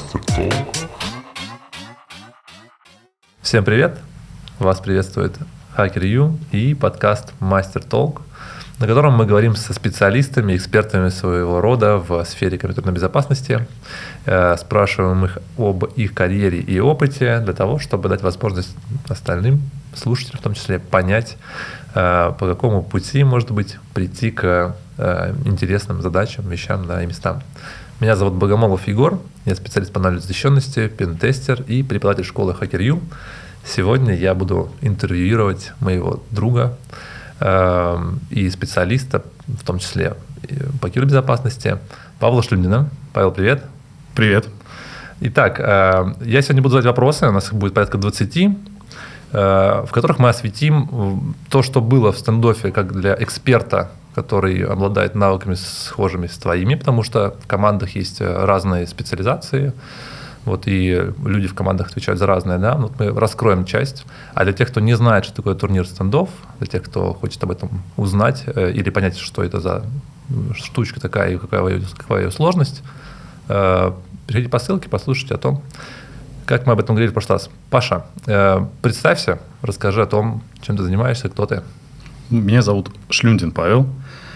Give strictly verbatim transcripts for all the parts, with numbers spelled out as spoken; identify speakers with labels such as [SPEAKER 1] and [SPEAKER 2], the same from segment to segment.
[SPEAKER 1] Мастер Толк.
[SPEAKER 2] Всем привет! Вас приветствует HackerU и подкаст Мастер Толк, на котором мы говорим со специалистами, экспертами своего рода в сфере компьютерной безопасности, спрашиваем их об их карьере и опыте для того, чтобы дать возможность остальным слушателям, в том числе, понять, по какому пути, может быть, прийти к интересным задачам, вещам, да, и местам. Меня зовут Богомолов Егор, я специалист по анализу защищенности, пентестер и преподаватель школы HackerU. Сегодня я буду интервьюировать моего друга э, и специалиста, в том числе по кибербезопасности, Павла Шлюндина. Павел, привет.
[SPEAKER 3] Привет.
[SPEAKER 2] Итак, э, я сегодня буду задавать вопросы, у нас их будет порядка двадцати, э, в которых мы осветим то, что было в стендоффе как для эксперта, который обладает навыками, схожими с твоими, потому что в командах есть разные специализации, вот, и люди в командах отвечают за разное, да, вот мы раскроем часть. А для тех, кто не знает, что такое турнир стендов, для тех, кто хочет об этом узнать э, или понять, что это за штучка такая и какая ее, какая ее сложность, э, перейдите по ссылке, послушайте о том, как мы об этом говорили в прошлый раз. Паша, э, представься, расскажи о том, чем ты занимаешься, кто ты.
[SPEAKER 3] Меня зовут Шлюндин Павел.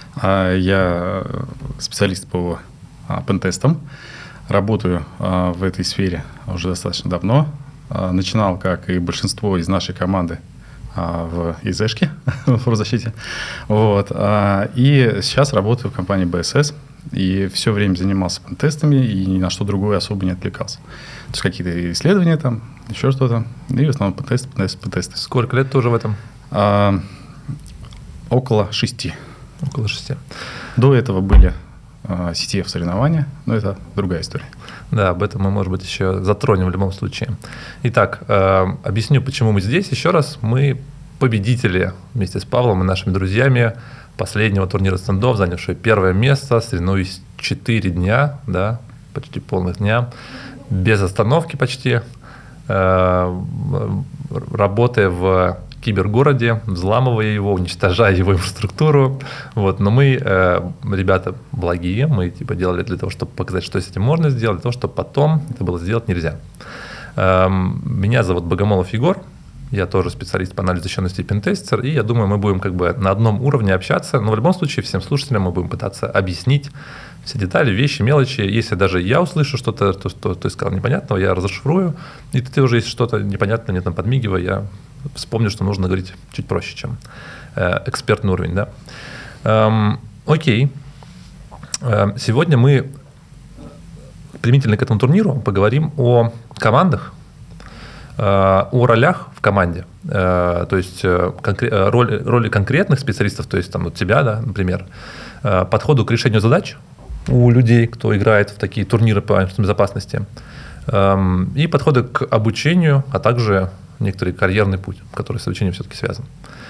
[SPEAKER 3] Я специалист по пентестам. Работаю в этой сфере уже достаточно давно. Начинал, как и большинство из нашей команды, в ИЗшке, в информзащите. Вот. И сейчас работаю в компании би эс эс. И все время занимался пентестами и ни на что другое особо не отвлекался. То есть какие-то исследования там, еще что-то. И в основном пентесты, пентесты, пентесты.
[SPEAKER 2] Сколько лет ты уже в этом?
[SPEAKER 3] А, около шести.
[SPEAKER 2] Около шести.
[SPEAKER 3] До этого были а, си ти эф-соревнования, но это другая история.
[SPEAKER 2] Да, об этом мы, может быть, еще затронем в любом случае. Итак, э, объясню, почему мы здесь. Еще раз, мы победители вместе с Павлом и нашими друзьями последнего турнира стендов, занявшие первое место с длиной четыре дня, да, почти полных дня, без остановки почти, э, работая в кибергороде, взламывая его, уничтожая его инфраструктуру. Вот. Но мы, э, ребята, благие, мы типа делали для того, чтобы показать, что с этим можно сделать, для того, чтобы потом это было сделать нельзя. Э, меня зовут Богомолов Егор, я тоже специалист по анализу защищенности и пентестер, и я думаю, мы будем как бы на одном уровне общаться, но в любом случае всем слушателям мы будем пытаться объяснить все детали, вещи, мелочи. Если даже я услышу что-то, то, что ты сказал непонятного, я разошифрую, и ты уже, если что-то непонятное, мне там подмигивай, я вспомню, что нужно говорить чуть проще, чем э, экспертный уровень. Да? Эм, окей. Эм, сегодня мы, применительно к этому турниру, поговорим о командах, э, о ролях в команде. Э, то есть э, конкре- роли, роли конкретных специалистов, то есть там, вот тебя, да, например, э, подходу к решению задач у людей, кто играет в такие турниры по безопасности, э, и подходы к обучению, а также некоторый карьерный путь, который с обучением все-таки связан.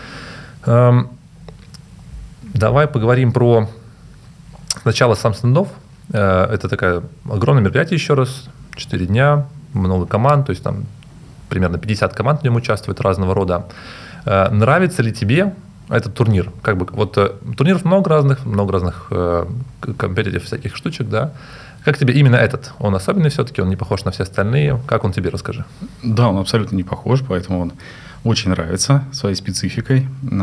[SPEAKER 2] Эм, давай поговорим про сначала сам стендов. Э, это такое огромное мероприятие еще раз, четыре дня, много команд, то есть там примерно пятьдесят команд в нем участвуют разного рода. Э, нравится ли тебе этот турнир? Как бы, вот, э, турниров много разных, много разных э, компетитив всяких штучек, да. Как тебе именно этот? Он особенный все-таки, он не похож на все остальные. Как он тебе, расскажи?
[SPEAKER 3] Да, он абсолютно не похож, поэтому он очень нравится своей спецификой,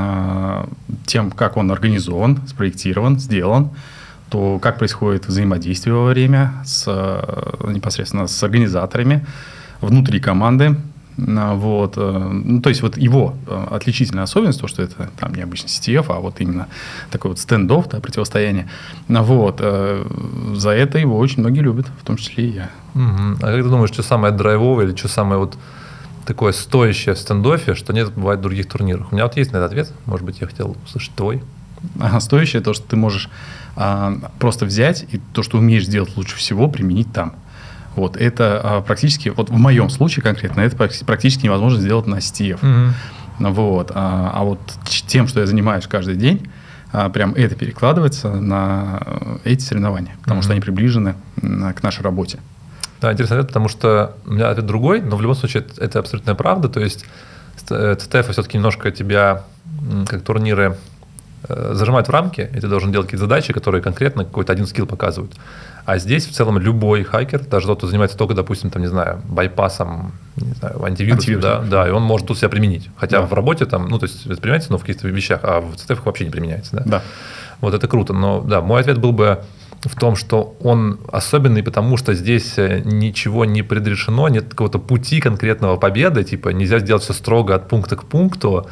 [SPEAKER 3] тем, как он организован, спроектирован, сделан, то, как происходит взаимодействие во время с, непосредственно с организаторами внутри команды. Вот. Ну, то есть вот его отличительная особенность, то, что это там не обычно си ти эф, а вот именно такой вот стендов, да, противостояние. Вот. За это его очень многие любят, в том числе и я.
[SPEAKER 2] Угу. А как ты думаешь, что самое драйвовое или что самое вот такое стоящее в стендоффе, что нет бывает в других турнирах? У меня вот есть на этот ответ, может быть, я хотел услышать твой.
[SPEAKER 3] А, стоящее то, что ты можешь а, просто взять и то, что умеешь делать лучше всего, применить там. Вот, это а, практически, вот в моем случае конкретно, это практически невозможно сделать на си ти эф. Mm-hmm. Вот, а, а вот тем, что я занимаюсь каждый день, а, прям это перекладывается на эти соревнования, потому mm-hmm. что они приближены к нашей работе.
[SPEAKER 2] Да, интересно, потому что у меня ответ другой, но в любом случае это, это абсолютная правда. То есть си ти эф все-таки немножко тебя, как турниры, э, зажимают в рамки, и ты должен делать какие-то задачи, которые конкретно какой-то один скилл показывают. А здесь в целом любой хакер, даже тот, кто занимается только, допустим, там, не знаю, байпасом, не знаю, антивирусом, Антивирус, да, да, и он может тут себя применить. Хотя да. в работе там, ну, то есть это применяется, но в каких-то вещах, а в си ти эф вообще не применяется, да.
[SPEAKER 3] Да.
[SPEAKER 2] Вот это круто. Но да, мой ответ был бы в том, что он особенный, потому что здесь ничего не предрешено, нет какого-то пути конкретного победы, типа нельзя сделать все строго от пункта к пункту.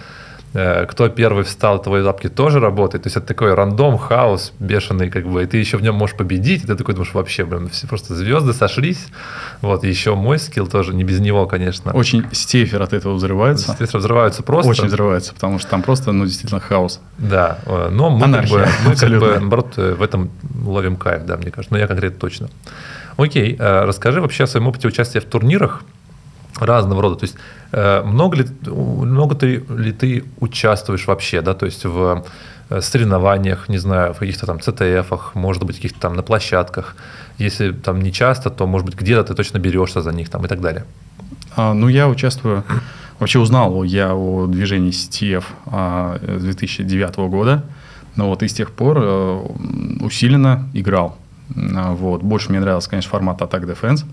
[SPEAKER 2] Кто первый встал, твои лапки тоже работает. То есть это такой рандом, хаос бешеный, как бы, и ты еще в нем можешь победить, и ты такой думаешь, вообще, блин, все просто звезды сошлись. Вот, и еще мой скилл тоже, не без него, конечно.
[SPEAKER 3] Очень стефер от этого взрывается.
[SPEAKER 2] Стефер взрываются просто.
[SPEAKER 3] Очень взрывается, потому что там просто, ну, действительно хаос.
[SPEAKER 2] Да, но мы, как бы, мы как бы, наоборот, в этом ловим кайф, да, мне кажется. Но я конкретно точно. Окей, расскажи вообще о своем опыте участия в турнирах разного рода. То есть много ли, много ты, ли ты участвуешь вообще, да, то есть в соревнованиях, не знаю, в каких-то там си ти эф-ах, может быть, каких-то там на площадках. Если там не часто, то, может быть, где-то ты точно берешься за них там и так далее.
[SPEAKER 3] А, ну, я участвую, вообще узнал я о движении си ти эф а, с две тысячи девятого года, но вот и с тех пор а, усиленно играл. А, вот. Больше мне нравился, конечно, формат Attack Defense.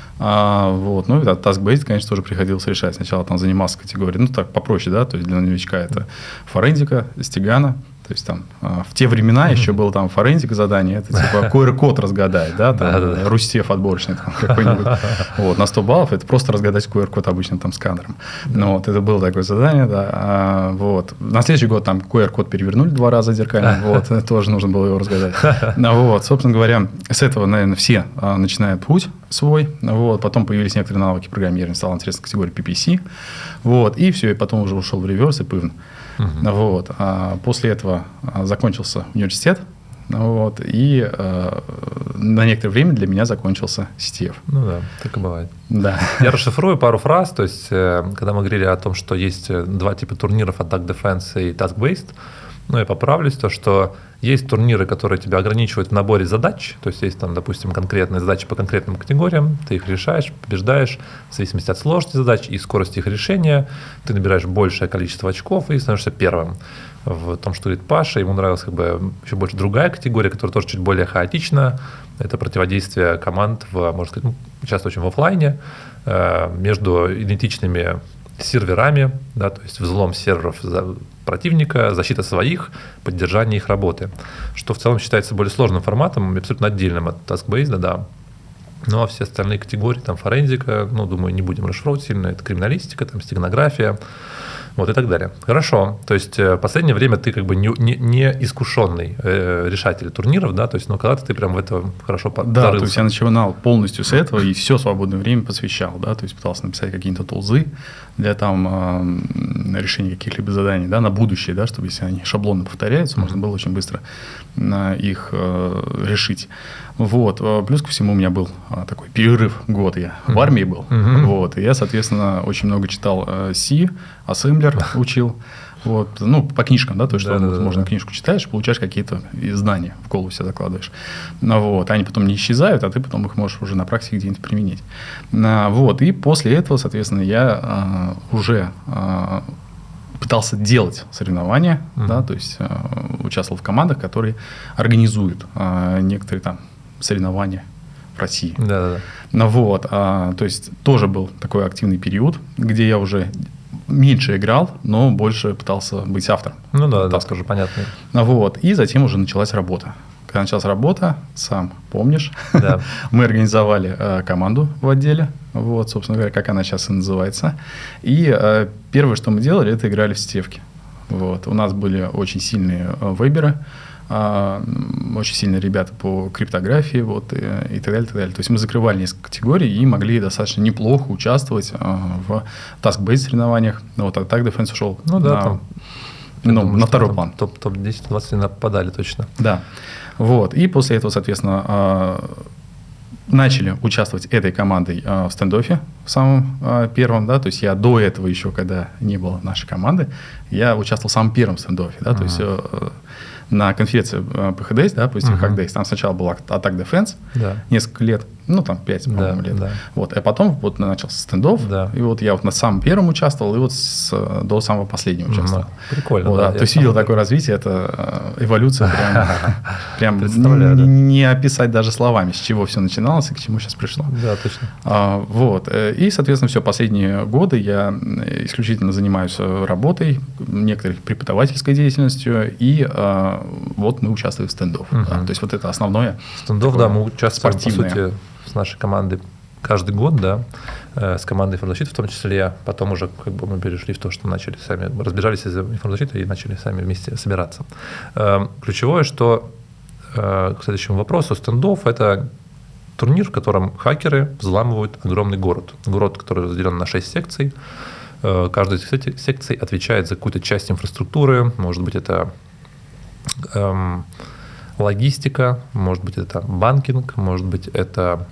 [SPEAKER 3] А, вот, ну, это task-based, конечно, тоже приходилось решать. Сначала там занимался категорией, ну, так попроще, да, то есть для новичка это форензика, стигана. То есть там в те времена еще было там форензика задание, это типа ку ар-код разгадать, да, там Рустеф отборочный там какой-нибудь. Вот, на сто баллов это просто разгадать ку ар-код обычным там сканером. Ну, вот, это было такое задание, да. А, вот. На следующий год там ку ар-код перевернули два раза зеркально, вот, тоже нужно было его разгадать. Ну, вот, собственно говоря, с этого, наверное, все а, начинают путь свой. Вот, потом появились некоторые навыки программирования, стала интересна категория пи пи си. Вот, и все, и потом уже ушел в реверс и пывн. Uh-huh. Вот. А после этого закончился университет, вот, и э, на некоторое время для меня закончился си ти эф.
[SPEAKER 2] Ну да, так и бывает.
[SPEAKER 3] Да.
[SPEAKER 2] Я расшифрую пару фраз. То есть, э, когда мы говорили о том, что есть два типа турниров, Attack Defense и Task-Based, ну, я поправлюсь, то, что есть турниры, которые тебя ограничивают в наборе задач, то есть есть там, допустим, конкретные задачи по конкретным категориям, ты их решаешь, побеждаешь, в зависимости от сложности задач и скорости их решения, ты набираешь большее количество очков и становишься первым. В том, что говорит Паша, ему нравилась как бы еще больше другая категория, которая тоже чуть более хаотична, это противодействие команд, в, можно сказать, ну, часто очень в офлайне, э, между идентичными серверами, да, то есть взлом серверов противника, защита своих, поддержание их работы, что в целом считается более сложным форматом, абсолютно отдельным от task-based, да. Ну а все остальные категории, там форензика, ну, думаю, не будем расшифровывать сильно, это криминалистика, там стегнография, вот и так далее. Хорошо, то есть в последнее время ты как бы не, не, не искушенный э, решатель турниров, да, то есть, ну, когда-то ты прям в это хорошо зарылся.
[SPEAKER 3] Да, то есть я начинал полностью с этого и все свободное время посвящал, да, то есть пытался написать какие-то тулзы для там э, решения каких-либо заданий, да, на будущее, да, чтобы если они шаблонно повторяются, mm-hmm. можно было очень быстро э, их э, решить. Вот, плюс ко всему у меня был а, такой перерыв, год я mm-hmm. в армии был, mm-hmm. вот, и я, соответственно, очень много читал э, C, ассемблер учил, вот, ну, по книжкам, да, то есть, да, что, да, можно да. книжку читаешь, получаешь какие-то знания, в голову себе закладываешь, ну, вот, они потом не исчезают, а ты потом их можешь уже на практике где-нибудь применить, а, вот, и после этого, соответственно, я а, уже а, пытался делать соревнования, mm-hmm. да, то есть а, участвовал в командах, которые организуют а, некоторые там соревнования в России.
[SPEAKER 2] Да, да, да.
[SPEAKER 3] Ну, вот, а, то есть тоже был такой активный период, где я уже меньше играл, но больше пытался быть автором.
[SPEAKER 2] Ну да, да, тоже понятно.
[SPEAKER 3] Ну, вот, и затем уже началась работа. Когда началась работа, сам помнишь,
[SPEAKER 2] да.
[SPEAKER 3] мы организовали э, команду в отделе, вот, собственно говоря, как она сейчас и называется. И э, первое, что мы делали, это играли в стевки. Вот. У нас были очень сильные э, веберы, очень сильные ребята по криптографии, вот, и, и так далее, и так далее. То есть мы закрывали несколько категорий и могли достаточно неплохо участвовать а, в task-based соревнованиях. Вот, а так Defense ушел
[SPEAKER 2] ну, да,
[SPEAKER 3] на,
[SPEAKER 2] там,
[SPEAKER 3] ну,
[SPEAKER 2] думаю,
[SPEAKER 3] на второй план.
[SPEAKER 2] Топ, топ-десять-двадцать попадали точно.
[SPEAKER 3] Да. Вот. И после этого, соответственно, а, начали участвовать этой командой а, в стендофе, в самом а, первом, да, то есть я до этого еще, когда не было нашей команды, я участвовал в самом первом стендофе, да, uh-huh. то есть... А, на конференции пи эйч ди эс, да, пусть uh-huh. Hack Days, там сначала был Attack Defense, да. несколько лет, ну, там, пять, по-моему, да, лет. Да. Вот, а потом вот начался стендов, да. и вот я вот на самом первом участвовал, и вот с, до самого последнего участвовал.
[SPEAKER 2] Uh-huh. Прикольно,
[SPEAKER 3] вот,
[SPEAKER 2] да.
[SPEAKER 3] да. То есть видел такое развитие, это эволюция прям, прям не описать даже словами, с чего все начиналось и к чему сейчас пришло.
[SPEAKER 2] Да, точно.
[SPEAKER 3] А, вот, и, соответственно, все, последние годы я исключительно занимаюсь работой, некоторых преподавательской деятельностью, и а, вот мы участвуем в стендов. Uh-huh. Да, то есть вот это основное.
[SPEAKER 2] Стендов, да, мы участвуем, по сути, с нашей командой каждый год, да, э, с командой информзащиты в том числе. Потом уже как бы мы перешли в то, что начали сами, разбежались из информзащиты и начали сами вместе собираться. Э, ключевое, что э, к следующему вопросу, стендов – это турнир, в котором хакеры взламывают огромный город. Город, который разделен на шесть секций. Э, каждая из этих секций отвечает за какую-то часть инфраструктуры. Может быть, это э, логистика, может быть, это банкинг, может быть, это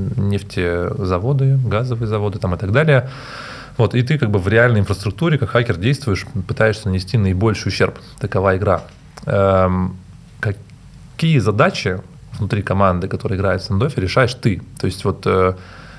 [SPEAKER 2] нефтезаводы, газовые заводы там, и так далее. Вот, и ты как бы в реальной инфраструктуре, как хакер, действуешь, пытаешься нанести наибольший ущерб. Такова игра. Эм, какие задачи внутри команды, которая играет в стендофе, решаешь ты? То есть вот э,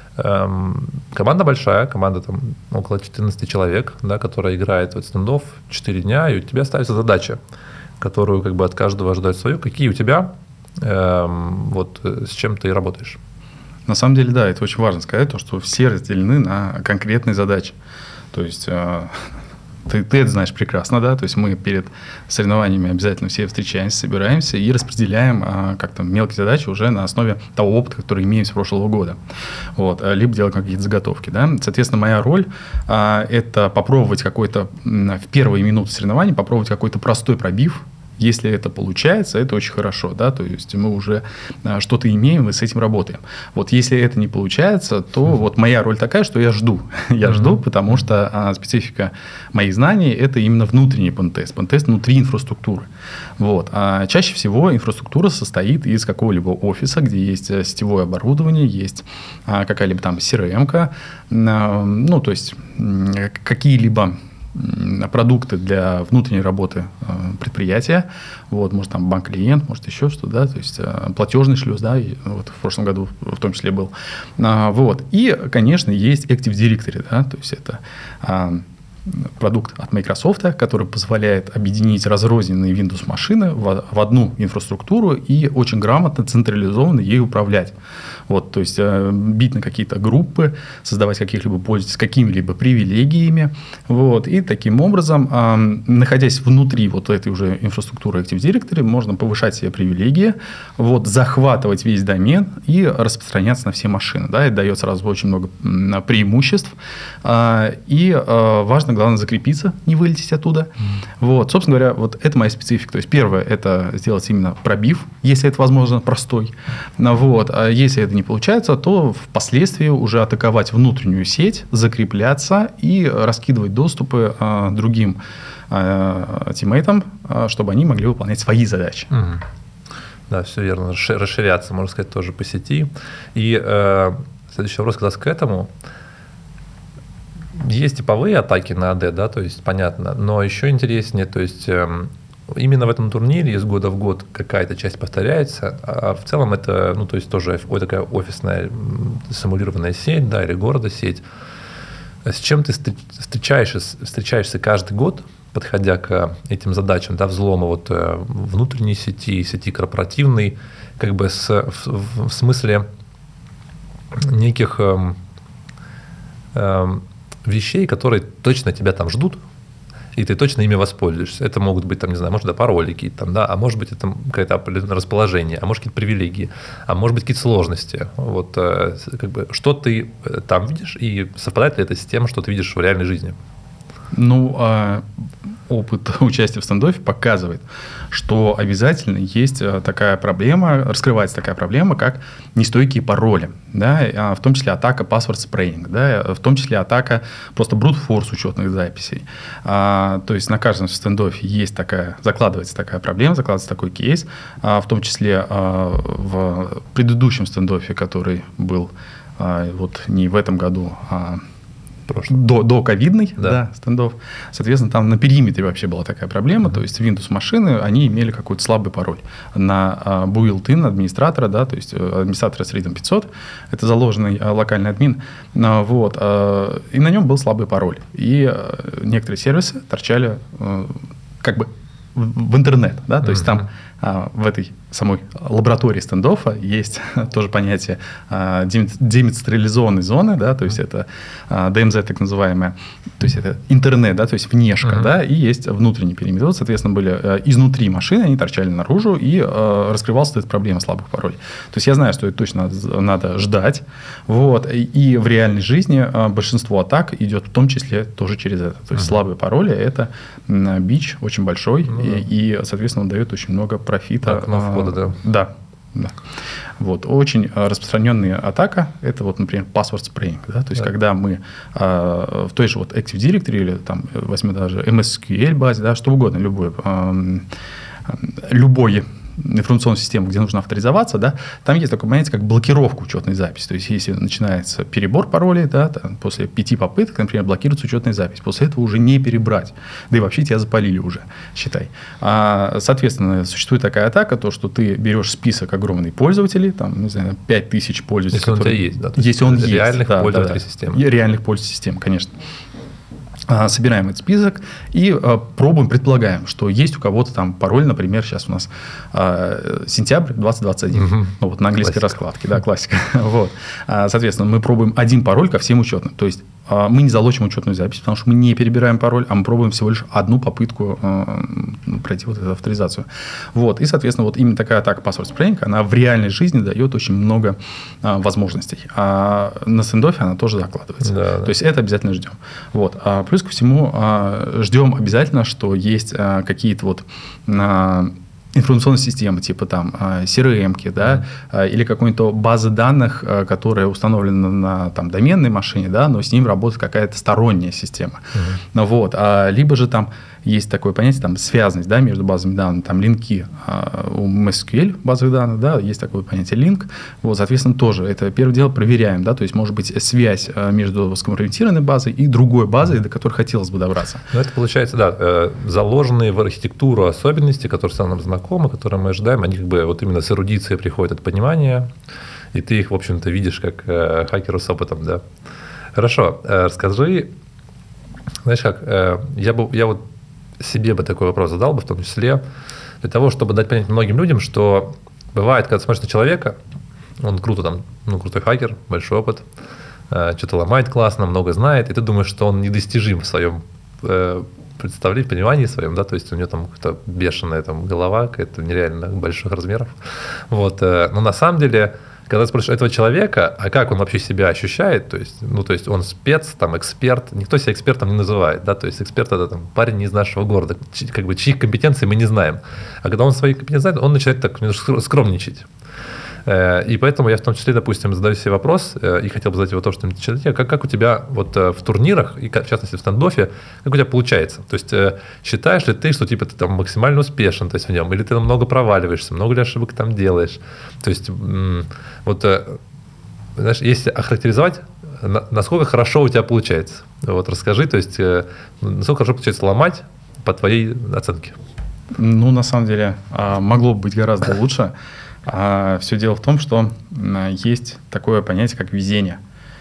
[SPEAKER 2] э, команда большая, команда там около четырнадцати человек, да, которая играет в стендоф четыре дня, и у тебя ставится задача, которую как бы от каждого ожидают свою. Какие у тебя, э, вот с чем ты работаешь?
[SPEAKER 3] На самом деле, да, это очень важно сказать, то, что все разделены на конкретные задачи. То есть э, ты, ты это знаешь прекрасно, да, то есть мы перед соревнованиями обязательно все встречаемся, собираемся и распределяем э, как-то мелкие задачи уже на основе того опыта, который имеем с прошлого года. Вот, либо делать какие-то заготовки, да. Соответственно, моя роль э, это попробовать какой-то, в первые минуты соревнований попробовать какой-то простой пробив. Если это получается, это очень хорошо, да, то есть мы уже а, что-то имеем и с этим работаем. Вот если это не получается, то mm-hmm. вот моя роль такая, что я жду. я mm-hmm. жду, потому что а, специфика моих знаний – это именно внутренний пентест, пентест внутри инфраструктуры. Вот. А чаще всего инфраструктура состоит из какого-либо офиса, где есть сетевое оборудование, есть а, какая-либо там си эр эм-ка, а, ну, то есть какие-либо продукты для внутренней работы э, предприятия, вот, может, там банк-клиент, может, еще что-то, да, то есть э, платежный шлюз, да, и, вот, в прошлом году в том числе был. А, вот. И, конечно, есть Active Directory, да, то есть это а, продукт от Microsoft, который позволяет объединить разрозненные Windows-машины в, в одну инфраструктуру и очень грамотно, централизованно ей управлять. Вот, то есть э, бить на какие-то группы, создавать каких-либо пользователей с какими-либо привилегиями. Вот, и таким образом, э, находясь внутри вот этой уже инфраструктуры Active Directory, можно повышать себе привилегии, вот, захватывать весь домен и распространяться на все машины. Да, это дает сразу очень много преимуществ. Э, и э, важно, главное, закрепиться, не вылететь оттуда. Mm. Вот, собственно говоря, вот это моя специфика. То есть первое – это сделать именно пробив, если это возможно, простой. Вот, а если это не получается, то впоследствии уже атаковать внутреннюю сеть, закрепляться и раскидывать доступы э, другим э, тиммейтам, э, чтобы они могли выполнять свои задачи.
[SPEAKER 2] Mm. Да, все верно. Расширяться, можно сказать, тоже по сети. И э, следующий вопрос как раз к этому. Есть типовые атаки на АД, да, то есть понятно, но еще интереснее, то есть э, именно в этом турнире из года в год какая-то часть повторяется, а в целом это, ну, то есть тоже ой, такая офисная симулированная сеть, да, или города сеть. С чем ты встречаешься, встречаешься каждый год, подходя к этим задачам, да, взлома вот внутренней сети, сети корпоративной, как бы с, в, в смысле неких э, э, вещей, которые точно тебя там ждут, и ты точно ими воспользуешься. Это могут быть, там, не знаю, может, да, пароли какие-то там, да, а может быть, это какое-то определенное расположение, а может, какие-то привилегии, а может быть, какие-то сложности. Вот, э, как бы, что ты там видишь, и совпадает ли это с тем, что ты видишь в реальной жизни?
[SPEAKER 3] Ну, а опыт участия в стендофе показывает, что обязательно есть такая проблема, раскрывается такая проблема, как нестойкие пароли, да, в том числе атака password-spraying, да, в том числе атака просто brute-force учетных записей. А, то есть на каждом стендофе есть такая, закладывается такая проблема, закладывается такой кейс, а, в том числе а, в предыдущем стендофе, который был а, вот не в этом году, а
[SPEAKER 2] прошлом.
[SPEAKER 3] До, до ковидный,
[SPEAKER 2] да.
[SPEAKER 3] да, стендов. Соответственно, там на периметре вообще была такая проблема, mm-hmm. то есть Windows-машины, они имели какой-то слабый пароль на uh, built-in администратора, да, то есть администратора с ридом пятьсот, это заложенный uh, локальный админ, uh, вот, uh, и на нем был слабый пароль. И uh, некоторые сервисы торчали uh, как бы в, в интернет, да, то mm-hmm. есть там uh, в этой самой лаборатории стендоффа есть тоже понятие а, деминстрализованной зоны, да, то есть это а, ди эм зет так называемая, то есть это интернет, да, то есть внешка, uh-huh. да, и есть внутренний периметр. Вот, соответственно, были а, изнутри машины, они торчали наружу, и а, раскрывалась эта проблема слабых паролей. То есть я знаю, что это точно надо ждать, вот, и, и в реальной жизни а, большинство атак идет в том числе тоже через это. То есть uh-huh. слабые пароли – это м, бич очень большой, uh-huh. и, и, соответственно, он дает очень много профита.
[SPEAKER 2] Окно входа, да.
[SPEAKER 3] Да, да. Вот. Очень распространенная атака – это, вот, например, password spraying. Да? То есть, да. когда мы э, в той же вот Active Directory или там, возьмем даже эм эс ку эль базе, да, что угодно, любой, э, любой информационную систему, где нужно авторизоваться, да, там есть такое понятие, как блокировка учетной записи. То есть, если начинается перебор паролей, да, там, после пяти попыток, например, блокируется учетная запись. После этого уже не перебрать. Да и вообще тебя запалили уже, считай. А, соответственно, существует такая атака, то, что ты берешь список огромных пользователей, там, не знаю, пять тысяч пользователей.
[SPEAKER 2] Если которые, он у тебя есть, да?
[SPEAKER 3] Если он есть.
[SPEAKER 2] Реальных
[SPEAKER 3] да,
[SPEAKER 2] пользователей
[SPEAKER 3] да, да.
[SPEAKER 2] системы.
[SPEAKER 3] Реальных пользователей системы, конечно. Собираем этот список и а, пробуем, предполагаем, что есть у кого-то там пароль, например, сейчас у нас а, сентябрь двадцать двадцать один, угу. ну, вот на английской классика. Раскладке, да, классика. Вот. А, соответственно, мы пробуем один пароль ко всем учетным, то есть а, мы не залочим учетную запись, потому что мы не перебираем пароль, а мы пробуем всего лишь одну попытку а, пройти вот эту авторизацию. Вот. И, соответственно, вот именно такая атака password spraying, она в реальной жизни дает очень много а, возможностей, а на стендоффе она тоже закладывается.
[SPEAKER 2] Да, да.
[SPEAKER 3] То есть это обязательно ждем. Вот. А плюс ко всему, ждем обязательно, что есть какие-то вот информационные системы, типа там си эр эм-ки, да, mm-hmm. или какой-нибудь базы данных, которая установлена на там, доменной машине, да, но с ним работает какая-то сторонняя система. Mm-hmm. Вот. Либо же там есть такое понятие, там, связанность, да, между базами данных, там, линки у эм эс ку эль базовых данных, да, есть такое понятие линк, вот, соответственно, тоже это первое дело проверяем, да, то есть может быть связь между скомпрометированной базой и другой базой, до которой хотелось бы добраться.
[SPEAKER 2] Ну, это получается, да, заложенные в архитектуру особенности, которые стали нам знакомы, которые мы ожидаем, они как бы вот именно с эрудицией приходят от понимания, и ты их, в общем-то, видишь как хакеру с опытом, да. Хорошо, расскажи, знаешь как, я бы, я вот себе бы такой вопрос задал бы, в том числе для того, чтобы дать понять многим людям, что бывает, когда ты смотришь на человека, он круто там, ну, крутой хакер, большой опыт, э, что-то ломает классно, много знает, и ты думаешь, что он недостижим в своем э, представлении, понимании своем, да, то есть у него там какая-то бешеная там голова, какая-то нереально больших размеров. Вот, э, но на самом деле, когда ты спрашиваешь этого человека, а как он вообще себя ощущает, то есть, ну, то есть он спец, там, эксперт, никто себя экспертом не называет, да, то есть эксперт – это там, парень не из нашего города, как бы, чьих компетенций мы не знаем. А когда он свои компетенции знает, он начинает так немножко скромничать. И поэтому я в том числе, допустим, задаю себе вопрос, и хотел бы задать его то, что человек, как, как у тебя вот в турнирах, и в частности в стендоффе, как у тебя получается? То есть считаешь ли ты, что типа ты там максимально успешен, то есть в нем, или ты там много проваливаешься, много ли ошибок там делаешь? То есть вот, знаешь, если охарактеризовать, насколько хорошо у тебя получается? Вот расскажи, то есть насколько хорошо получается ломать по твоей оценке?
[SPEAKER 3] Ну, на самом деле, могло бы быть гораздо лучше. А все дело в том, что есть такое понятие, как везение.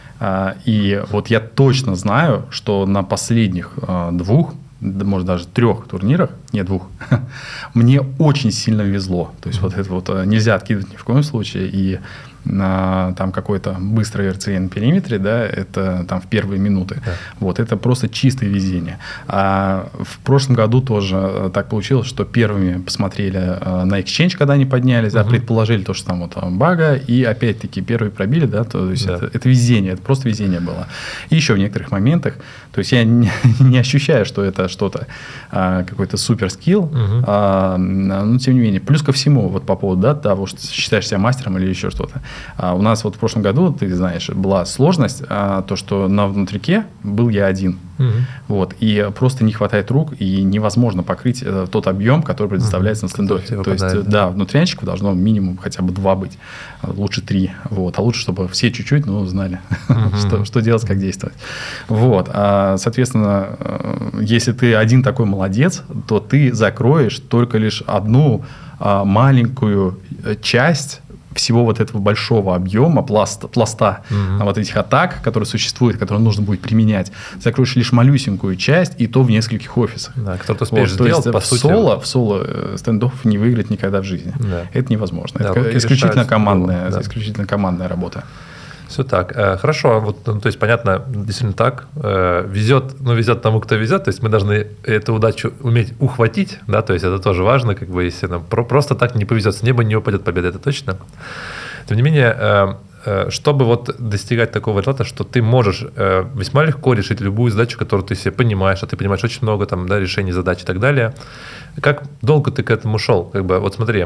[SPEAKER 3] И вот я точно знаю, что на последних двух, может даже трех турнирах, не двух, мне очень сильно везло. То есть вот это вот нельзя откидывать ни в коем случае. И на там какой-то быстрый эр си эй на периметре, да, это там в первые минуты. Да. Вот, это просто чистое везение. А в прошлом году тоже так получилось, что первыми посмотрели на Exchange, когда они поднялись, угу. да, предположили то, что там вот бага, и опять-таки первые пробили, да, то есть да. это, это везение, это просто везение было. И еще в некоторых моментах, то есть я не, не ощущаю, что это что-то, а, какой-то супер скилл, угу. а, но тем не менее. Плюс ко всему, вот по поводу, да, того, что считаешь себя мастером или еще что-то, А у нас вот в прошлом году, ты знаешь, была сложность, а, то, что на внутряке был я один. Угу. Вот, и просто не хватает рук, и невозможно покрыть э, тот объем, который предоставляется угу. на стендофе. То есть, да, да внутрянщиков должно минимум хотя бы два быть, лучше три. Вот, а лучше, чтобы все чуть-чуть, ну, знали, угу. что, что делать, как действовать. Вот, а, соответственно, если ты один такой молодец, то ты закроешь только лишь одну а, маленькую часть всего вот этого большого объема, пласта, пласта mm-hmm. вот этих атак, которые существуют, которые нужно будет применять. Закроешь лишь малюсенькую часть, и то в нескольких офисах.
[SPEAKER 2] Да, кто-то успеешь
[SPEAKER 3] вот,
[SPEAKER 2] сделать,
[SPEAKER 3] то есть
[SPEAKER 2] по
[SPEAKER 3] в
[SPEAKER 2] сути...
[SPEAKER 3] соло, в соло стендов не выиграть никогда в жизни. Да. Это невозможно. Да, это исключительно командная, да. исключительно командная работа.
[SPEAKER 2] Все так. Хорошо, вот, ну, то есть, понятно, действительно так. Везет, ну, везет тому, кто везет. То есть, мы должны эту удачу уметь ухватить, да, то есть, это тоже важно, как бы, если нам просто так не повезет, с неба не упадет победа, это точно. Тем не менее, чтобы вот достигать такого результата, что ты можешь весьма легко решить любую задачу, которую ты себе понимаешь, а ты понимаешь очень много там, да, решений задач и так далее. Как долго ты к этому шел? Как бы, вот смотри,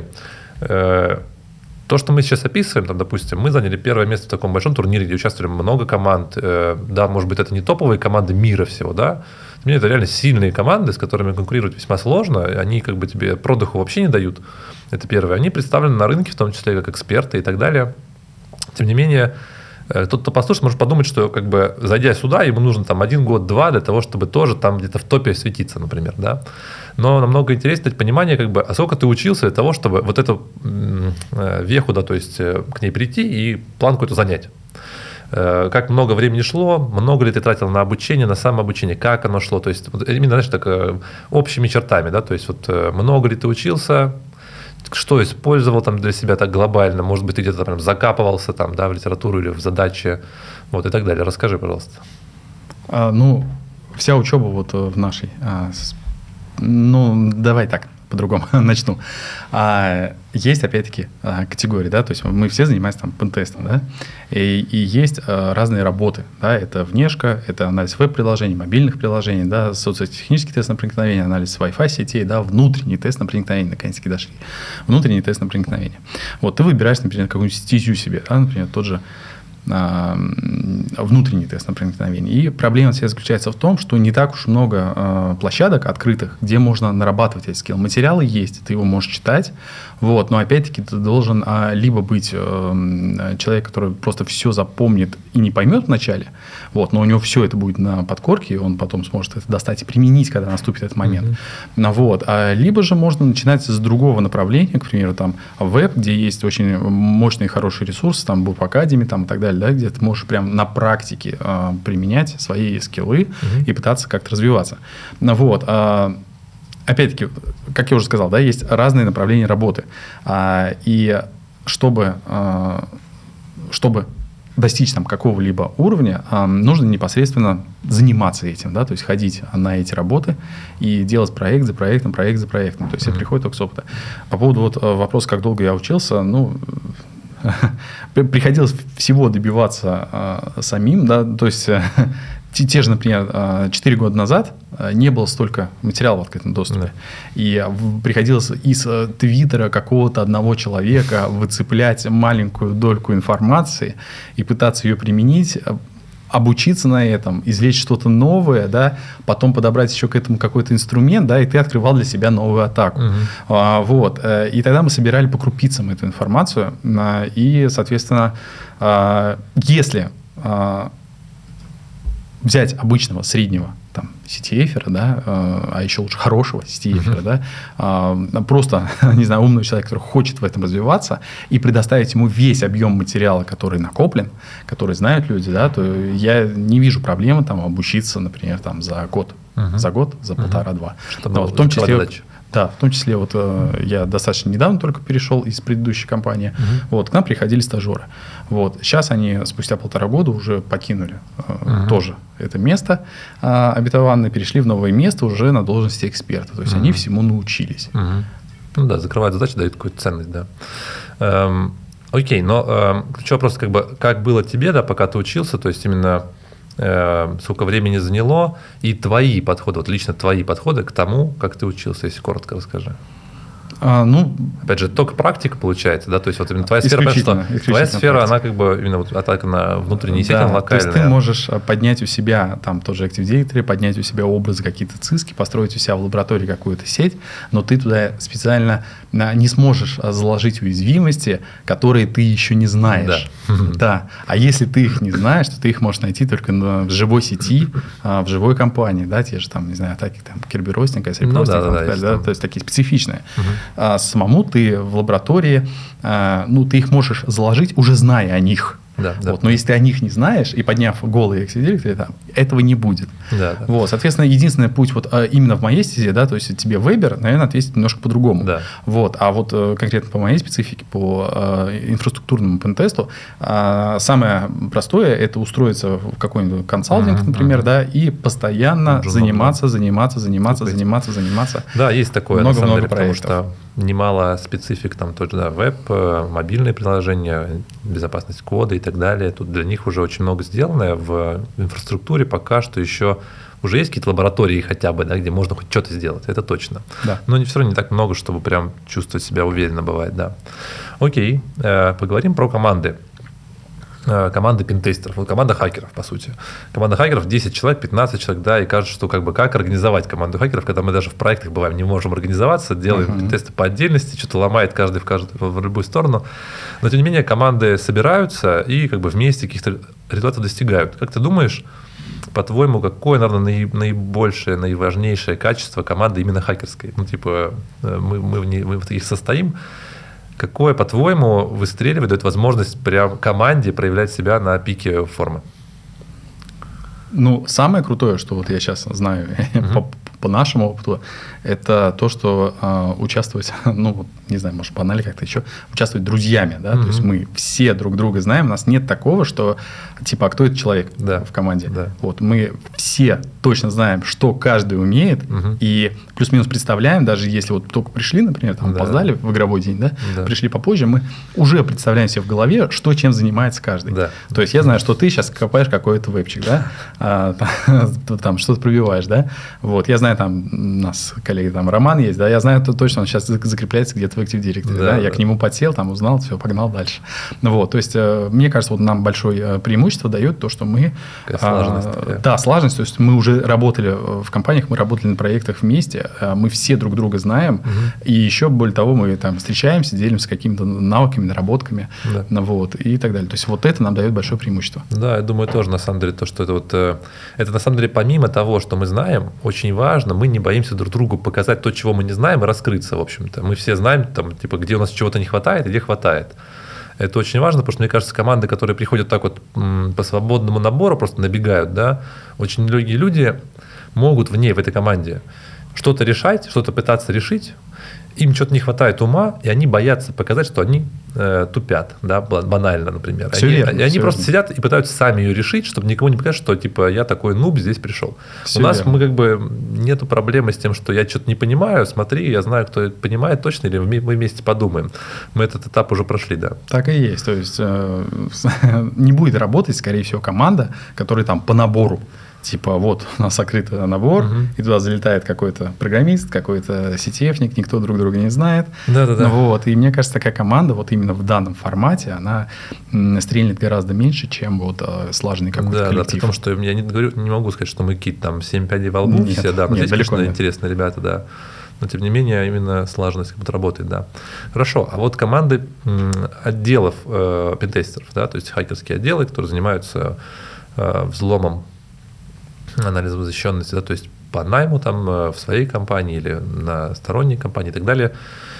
[SPEAKER 2] то, что мы сейчас описываем, там, допустим, мы заняли первое место в таком большом турнире, где участвовали много команд. Э, да, может быть, это не топовые команды мира всего, да. Мне это реально сильные команды, с которыми конкурировать весьма сложно. Они как бы тебе продыху вообще не дают. Это первое. Они представлены на рынке, в том числе как эксперты и так далее. Тем не менее, э, тот, кто послушает, может подумать, что как бы зайдя сюда, ему нужно там один год, два для того, чтобы тоже там где-то в топе светиться, например, да. Но намного интереснее дать понимание, как бы, а сколько ты учился для того, чтобы вот эту э, веху, да, то есть э, к ней прийти и план какой-то занять. Э, как много времени шло, много ли ты тратил на обучение, на самообучение, как оно шло, то есть вот, именно, знаешь, так, э, общими чертами, да, то есть вот э, много ли ты учился, что использовал там для себя так глобально, может быть, ты где-то прям закапывался там, да, в литературу или в задачи, вот и так далее. Расскажи, пожалуйста.
[SPEAKER 3] А, ну, вся учеба вот в нашей а, Ну, давай так, по-другому начну. А, есть, опять-таки, категории, да, то есть мы все занимаемся там пентестом, да, и, и есть а, разные работы, да, это внешка, это анализ веб-приложений, мобильных приложений, да, социотехнический тест на проникновение, анализ Wi-Fi сетей, да, внутренний тест на проникновение, наконец-таки дошли, внутренний тест на проникновение. Вот ты выбираешь, например, какую-нибудь стезю себе, да, например, тот же внутренний тест на проникновение. И проблема вся заключается в том, что не так уж много э, площадок открытых, где можно нарабатывать эти скиллы. Материалы есть, ты его можешь читать, вот, но опять-таки ты должен а, либо быть э, человек, который просто все запомнит и не поймет вначале, вот, но у него все это будет на подкорке, и он потом сможет это достать и применить, когда наступит этот момент. Mm-hmm. Вот. А, либо же можно начинать с другого направления, к примеру, там веб, где есть очень мощные хорошие ресурсы, там Boop Academy там, и так далее, да, где ты можешь прям на практике э, применять свои скиллы mm-hmm. и пытаться как-то развиваться. Вот. А, опять-таки, как я уже сказал, да, есть разные направления работы. А, и чтобы, а, чтобы достичь там какого-либо уровня, а, нужно непосредственно заниматься этим, да, то есть ходить на эти работы и делать проект за проектом, проект за проектом. То есть mm-hmm. это приходит только с опыта. По поводу вот вопроса, как долго я учился, ну, приходилось всего добиваться э, самим, да, то есть э, те, те же, например, четыре года назад не было столько материалов в открытом доступе. Да. И приходилось из твиттера какого-то одного человека выцеплять маленькую дольку информации и пытаться ее применить, обучиться на этом, извлечь что-то новое, да, потом подобрать еще к этому какой-то инструмент, да, и ты открывал для себя новую атаку. Uh-huh. А, вот. И тогда мы собирали по крупицам эту информацию. И, соответственно, если взять обычного среднего там, сетиэфера, да, а еще лучше хорошего сетиэфера, uh-huh. да, просто, не знаю, умного человека, который хочет в этом развиваться, и предоставить ему весь объем материала, который накоплен, который знают люди, да, то я не вижу проблемы там, обучиться, например, там, за год, uh-huh. за год, за uh-huh. полтора-два. Вот, в том числе... Да, в том числе вот э, я достаточно недавно только перешел из предыдущей компании. Uh-huh. Вот, к нам приходили стажеры. Вот, сейчас они спустя полтора года уже покинули э, uh-huh. тоже это место э, обетованное, перешли в новое место уже на должности эксперта. То есть uh-huh. они всему научились.
[SPEAKER 2] Uh-huh. Ну да, закрывают задачи, дают какую-то ценность, да. Эм, окей, но эм, ключевой вопрос, как бы, как было тебе, да, пока ты учился, то есть именно сколько времени заняло, и твои подходы, вот лично твои подходы к тому, как ты учился, если коротко расскажи.
[SPEAKER 3] А, ну,
[SPEAKER 2] Опять же, только практика получается, да, то есть вот именно твоя сфера,
[SPEAKER 3] исключительно,
[SPEAKER 2] что твоя сфера,
[SPEAKER 3] практика.
[SPEAKER 2] она как бы именно вот атака на внутренние сети,
[SPEAKER 3] Да,
[SPEAKER 2] она
[SPEAKER 3] то есть
[SPEAKER 2] локальная.
[SPEAKER 3] ты можешь поднять у себя там тоже Active Directory, поднять у себя образы, какие-то циски, построить у себя в лаборатории какую-то сеть, но ты туда специально не сможешь заложить уязвимости, которые ты еще не знаешь.
[SPEAKER 2] Да.
[SPEAKER 3] Да. А если ты их не знаешь, то ты их можешь найти только в живой сети, в живой компании, да, те же там, не знаю, атаки там Kerberos, эс эй
[SPEAKER 2] Ну,
[SPEAKER 3] Prosting,
[SPEAKER 2] да,
[SPEAKER 3] там,
[SPEAKER 2] да,
[SPEAKER 3] да,
[SPEAKER 2] да,
[SPEAKER 3] то есть такие специфичные.
[SPEAKER 2] Угу.
[SPEAKER 3] А самому ты в лаборатории, ну, ты их можешь заложить, уже зная о них.
[SPEAKER 2] Да, да.
[SPEAKER 3] Вот. Но если ты о них не знаешь, и подняв голый Active Directory, там, этого не будет.
[SPEAKER 2] Да, да.
[SPEAKER 3] Вот. Соответственно, единственный путь вот, именно в моей стезе, да, то есть тебе вебер, наверное, ответит немножко по-другому.
[SPEAKER 2] Да.
[SPEAKER 3] Вот. А вот конкретно по моей специфике, по э, инфраструктурному пентесту, э, самое простое – это устроиться в какой-нибудь консалтинг, mm-hmm. например, да, и постоянно mm-hmm. заниматься, заниматься, заниматься,
[SPEAKER 2] Супер.
[SPEAKER 3] заниматься, заниматься.
[SPEAKER 2] Да, есть такое,
[SPEAKER 3] много,
[SPEAKER 2] на самом
[SPEAKER 3] много
[SPEAKER 2] деле, потому
[SPEAKER 3] проектов.
[SPEAKER 2] что немало специфик, там тоже, да, веб, мобильные приложения, безопасность кода и так далее. Тут для них уже очень много сделано в инфраструктуре, пока что еще уже есть какие-то лаборатории хотя бы, да, где можно хоть что-то сделать, это точно.
[SPEAKER 3] Да.
[SPEAKER 2] Но не все равно не так много, чтобы прям чувствовать себя уверенно бывает, да. Окей, э, поговорим про команды. Команда пентестеров, вот команда хакеров, по сути. Команда хакеров десять человек, пятнадцать человек, да, и кажется, что как бы как организовать команду хакеров, когда мы даже в проектах бываем, не можем организоваться, делаем uh-huh. тесты по отдельности, что-то ломает каждый в, каждый в любую сторону. Но, тем не менее, команды собираются и как бы вместе каких-то результатов достигают. Как ты думаешь, по-твоему, какое, наверное, наибольшее, наиважнейшее качество команды именно хакерской? Ну, типа, мы, мы, в, ней, мы в таких состоим. Какое, по-твоему, выстреливает, дает возможность прям команде проявлять себя на пике формы?
[SPEAKER 3] Ну, самое крутое, что вот я сейчас знаю uh-huh. по, по нашему опыту, это то, что э, участвовать, ну, не знаю, может, банально как-то еще, участвовать друзьями, да, uh-huh. то есть мы все друг друга знаем, у нас нет такого, что, типа, а кто этот человек
[SPEAKER 2] да.
[SPEAKER 3] в команде?
[SPEAKER 2] Да.
[SPEAKER 3] Вот, мы все точно знаем, что каждый умеет, uh-huh. и плюс-минус представляем, даже если вот только пришли, например, там, да. опоздали в игровой день, да, да, пришли попозже, мы уже представляем себе в голове, что чем занимается каждый.
[SPEAKER 2] Да.
[SPEAKER 3] То есть я знаю, что ты сейчас копаешь какой-то вебчик, да, а, там, там что-то пробиваешь, да, вот, я знаю, там, у нас коллега, там, Роман есть, да, я знаю то, точно, он сейчас закрепляется где-то в Active Directory, да, да, я да. к нему подсел, там, узнал, все, погнал дальше. Вот, то есть, мне кажется, вот нам большое преимущество дает то, что мы…
[SPEAKER 2] Слаженность.
[SPEAKER 3] А, да, слаженность, то есть, мы уже работали в компаниях, мы работали на проектах вместе, мы все друг друга знаем, угу. и еще, более того, мы там встречаемся, делимся какими-то навыками, наработками, да. вот, и так далее. То есть, вот это нам дает большое преимущество.
[SPEAKER 2] Да, я думаю, тоже, на самом деле, то, что это вот… Это, на самом деле, помимо того, что мы знаем, очень важно, мы не боимся друг другу показать то, чего мы не знаем, и раскрыться, в общем-то. Мы все знаем, там, типа, где у нас чего-то не хватает и где хватает. Это очень важно, потому что, мне кажется, команды, которые приходят так вот м, по свободному набору, просто набегают, да, очень многие люди могут в ней, в этой команде, что-то решать, что-то пытаться решить, им что-то не хватает ума, и они боятся показать, что они э, тупят, да, банально, например.
[SPEAKER 3] Все
[SPEAKER 2] они
[SPEAKER 3] верно,
[SPEAKER 2] они
[SPEAKER 3] все
[SPEAKER 2] просто
[SPEAKER 3] верно.
[SPEAKER 2] сидят и пытаются сами ее решить, чтобы никому не показать, что типа я такой нуб здесь пришел.
[SPEAKER 3] Все
[SPEAKER 2] У нас
[SPEAKER 3] верно.
[SPEAKER 2] мы как бы нету проблемы с тем, что я что-то не понимаю, смотри, я знаю, кто понимает точно, или мы вместе подумаем. Мы этот этап уже прошли, да.
[SPEAKER 3] Так и есть. То есть э, не будет работать, скорее всего, команда, которая там по набору. Типа, вот у нас открыт набор, uh-huh. и туда залетает какой-то программист, какой-то сетевник, никто друг друга не знает.
[SPEAKER 2] Да-да-да.
[SPEAKER 3] Вот. И мне кажется, такая команда вот именно в данном формате, она стрельнет гораздо меньше, чем вот слаженный какой-то
[SPEAKER 2] да,
[SPEAKER 3] коллектив.
[SPEAKER 2] Да, при том, что я не, говорю, не могу сказать, что мы какие-то там семь пядей во лбу
[SPEAKER 3] нет,
[SPEAKER 2] все, да, но
[SPEAKER 3] нет,
[SPEAKER 2] здесь, конечно,
[SPEAKER 3] нет.
[SPEAKER 2] интересные ребята, да. Но, тем не менее, именно слаженность как будто работает, да. Хорошо, а вот команды м, отделов э, пентестеров, да, то есть хакерские отделы, которые занимаются э, взломом, анализом защищенности, да, то есть по найму там в своей компании или на сторонней компании и так далее.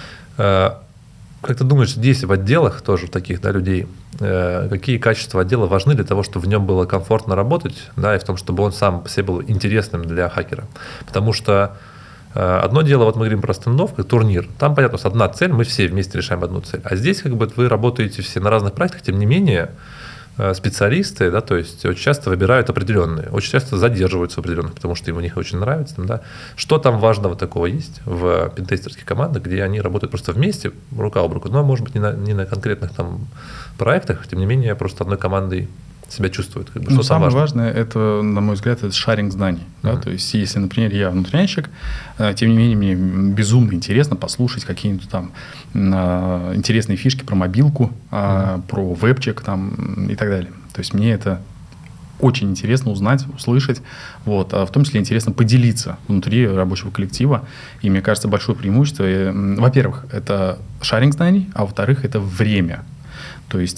[SPEAKER 2] Как ты думаешь, здесь в отделах тоже таких, да, людей, какие качества отдела важны для того, чтобы в нем было комфортно работать, да, и в том, чтобы он сам по себе был интересным для хакера? Потому что одно дело, вот мы говорим про стендов, как турнир, там, понятно, что одна цель, мы все вместе решаем одну цель. А здесь как бы вы работаете все на разных проектах, тем не менее, специалисты, да, то есть очень часто выбирают определенные, очень часто задерживаются в определенных, потому что им у них очень нравится. Да. Что там важного такого есть в пентестерских командах, где они работают просто вместе, рука об руку, но, может быть, не на, не на конкретных там проектах, тем не менее, просто одной командой себя чувствуют? Как бы,
[SPEAKER 3] ну,
[SPEAKER 2] что
[SPEAKER 3] самое
[SPEAKER 2] важно?
[SPEAKER 3] важное, это, на мой взгляд, это шаринг знаний. Uh-huh. Да? То есть, если, например, я внутрянщик, тем не менее, мне безумно интересно послушать какие-нибудь там интересные фишки про мобилку, uh-huh. про вебчик там, и так далее. То есть, мне это очень интересно узнать, услышать. Вот. А в том числе интересно поделиться внутри рабочего коллектива. И мне кажется, большое преимущество, во-первых, это шаринг знаний, а во-вторых, это время. То есть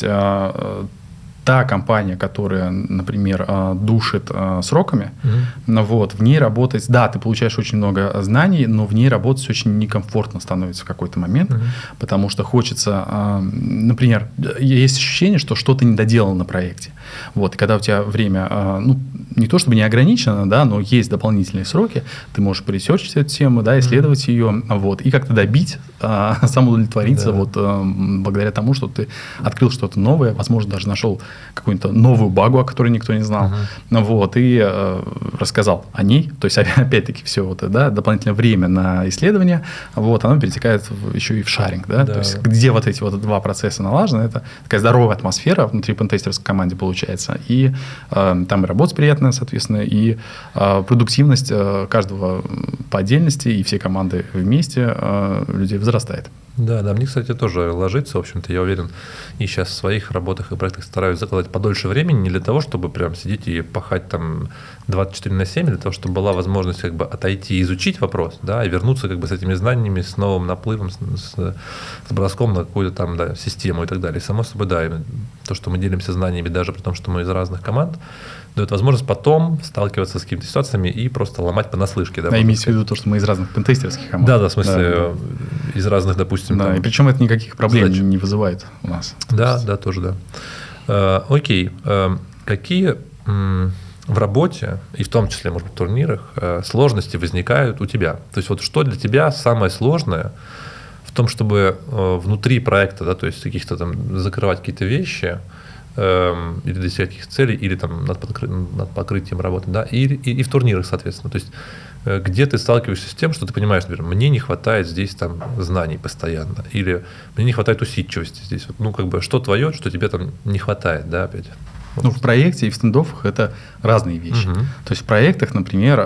[SPEAKER 3] та компания, которая, например, душит сроками, mm-hmm. вот, в ней работать, да, ты получаешь очень много знаний, но в ней работать очень некомфортно становится в какой-то момент, mm-hmm. потому что хочется, например, есть ощущение, что что-то недоделано на проекте. Вот, и когда у тебя время, ну, не то чтобы не ограничено, да, но есть дополнительные сроки, ты можешь поресерчить эту тему, да, исследовать mm-hmm. ее, вот, и как-то добить, самоудовлетвориться, да. вот, благодаря тому, что ты открыл что-то новое, возможно, даже нашел какую-то новую багу, о которой никто не знал, uh-huh. вот, и э, рассказал о ней. То есть, опять-таки, все вот, да, дополнительное время на исследование, вот, оно перетекает в, еще и в шаринг, да? Да. То есть, где вот эти вот два процесса налажены, это такая здоровая атмосфера внутри пентестерской команды получается, и э, там и работа приятная, соответственно, и э, продуктивность э, каждого по отдельности и всей команды вместе э, людей возрастает.
[SPEAKER 2] Да, да, мне, кстати, тоже ложится, в общем-то, я уверен, и сейчас в своих работах и проектах стараюсь закладывать подольше времени, не для того, чтобы прям сидеть и пахать там двадцать четыре на семь, для того, чтобы была возможность как бы отойти и изучить вопрос, да, и вернуться как бы с этими знаниями, с новым наплывом, с, с, с броском на какую-то там, да, систему и так далее. И само собой, да, то, что мы делимся знаниями даже при том, что мы из разных команд, дает возможность потом сталкиваться с какими-то ситуациями и просто ломать понаслышке. Да,
[SPEAKER 3] да, имеется в виду то, что мы из разных пентестерских команд.
[SPEAKER 2] Да, да, в смысле, да, да. из разных, допустим.
[SPEAKER 3] Да,
[SPEAKER 2] там,
[SPEAKER 3] и причем это никаких проблем
[SPEAKER 2] задач.
[SPEAKER 3] не вызывает у нас.
[SPEAKER 2] Да, да, тоже, да. А, окей. А, какие м, в работе, и в том числе, может быть, в турнирах, а, сложности возникают у тебя? То есть, вот что для тебя самое сложное в том, чтобы а, внутри проекта, да, то есть каких-то там закрывать какие-то вещи, или достигать каких-то целей, или там над, покры... над покрытием работы, да, и, и, и в турнирах, соответственно. То есть, где ты сталкиваешься с тем, что ты понимаешь, например, мне не хватает здесь там знаний постоянно, или мне не хватает усидчивости здесь. Ну, как бы, что твое, что тебе там не хватает, да, опять.
[SPEAKER 3] Ну, в проекте и в стендоффах это разные вещи. Угу. То есть в проектах, например,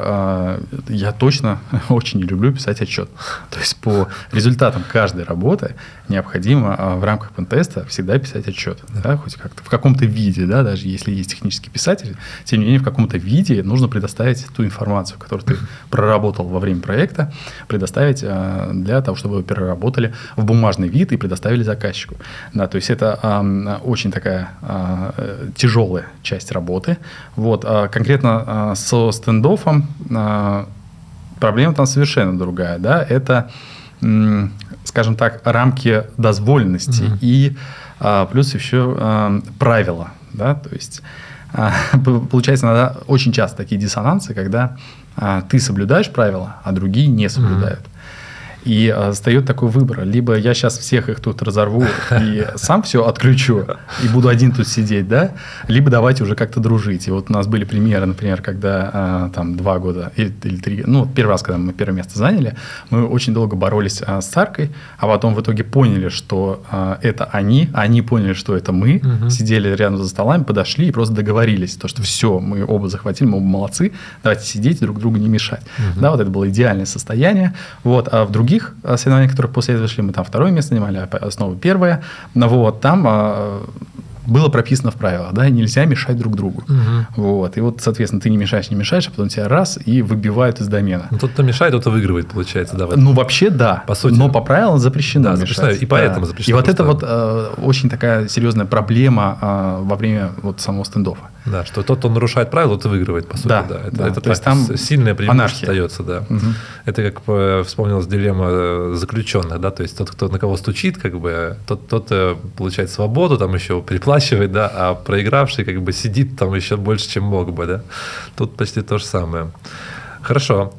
[SPEAKER 3] я точно очень не люблю писать отчет. То есть по результатам каждой работы необходимо в рамках пентеста всегда писать отчет. Да, хоть как-то в каком-то виде, да, даже если есть технический писатель, тем не менее в каком-то виде нужно предоставить ту информацию, которую ты проработал во время проекта, предоставить для того, чтобы вы переработали в бумажный вид и предоставили заказчику. Да, то есть это очень такая тяжелая тяжелая часть работы. Вот. А конкретно а, со стендоффом а, проблема там совершенно другая. Да? Это, м, скажем так, рамки дозволенности mm-hmm. и а, плюс еще а, правила. Да? То есть а, получается иногда очень часто такие диссонансы, когда а, ты соблюдаешь правила, а другие не соблюдают. Mm-hmm. И а, встает такой выбор. Либо я сейчас всех их тут разорву и сам все отключу, и буду один тут сидеть, да? Либо давайте уже как-то дружить. И вот у нас были примеры, например, когда а, там два года или, или три, ну, первый раз, когда мы первое место заняли, мы очень долго боролись а, с Царкой, а потом в итоге поняли, что а, это они, они поняли, что это мы, угу. сидели рядом за столами, подошли и просто договорились, то, что все, мы оба захватили, мы оба молодцы, давайте сидеть, друг другу не мешать. Угу. Да, вот это было идеальное состояние. Вот, а в других соревнований, которые после этого шли, мы там второе место занимали, а снова первое. Вот, там а, было прописано в правилах, да, нельзя мешать друг другу. Угу. Вот, и вот, соответственно, ты не мешаешь, не мешаешь, а потом тебя раз и выбивают из домена.
[SPEAKER 2] Ну, тот, кто мешает, тот, кто выигрывает, получается, да?
[SPEAKER 3] Ну, вообще, да.
[SPEAKER 2] По сути.
[SPEAKER 3] Но по правилам запрещено
[SPEAKER 2] да,
[SPEAKER 3] мешать.
[SPEAKER 2] Запрещено, и поэтому
[SPEAKER 3] да.
[SPEAKER 2] запрещено.
[SPEAKER 3] И вот это вот э, очень такая серьезная проблема э, во время вот самого стендоффа.
[SPEAKER 2] Да, что тот, кто нарушает правила, тот и выигрывает, по сути.
[SPEAKER 3] Да,
[SPEAKER 2] да. Это,
[SPEAKER 3] да.
[SPEAKER 2] это
[SPEAKER 3] то есть там
[SPEAKER 2] сильное преимущество остается, да.
[SPEAKER 3] Угу.
[SPEAKER 2] Это как вспомнилась дилемма заключенных, да, то есть тот, кто на кого стучит, как бы, тот, тот получает свободу, там еще переплачивает, да, а проигравший как бы сидит там еще больше, чем мог бы, да. Тут почти то же самое. Хорошо.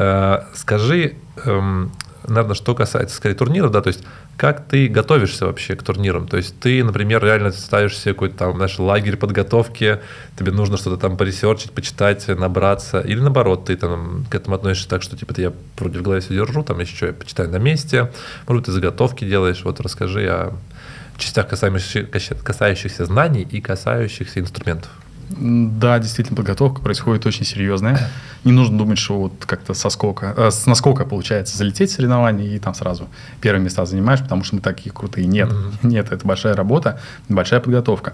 [SPEAKER 2] Скажи, наверное, что касается, скорее, турниров, да, то есть как ты готовишься вообще к турнирам? То есть ты, например, реально ставишь себе какой-то там, знаешь, лагерь подготовки, тебе нужно что-то там поресерчить, почитать, набраться, или наоборот, ты там к этому относишься так, что типа я вроде в голове все держу, там еще я почитаю на месте, может быть, ты заготовки делаешь, вот расскажи о частях, касающихся, касающихся знаний и касающихся инструментов.
[SPEAKER 3] Да, действительно, подготовка происходит очень серьезная. Не нужно думать, что вот как-то со скока, э, с наскока получается залететь в соревнования и там сразу первые места занимаешь, потому что мы такие крутые. Нет, mm-hmm. нет, это большая работа, большая подготовка.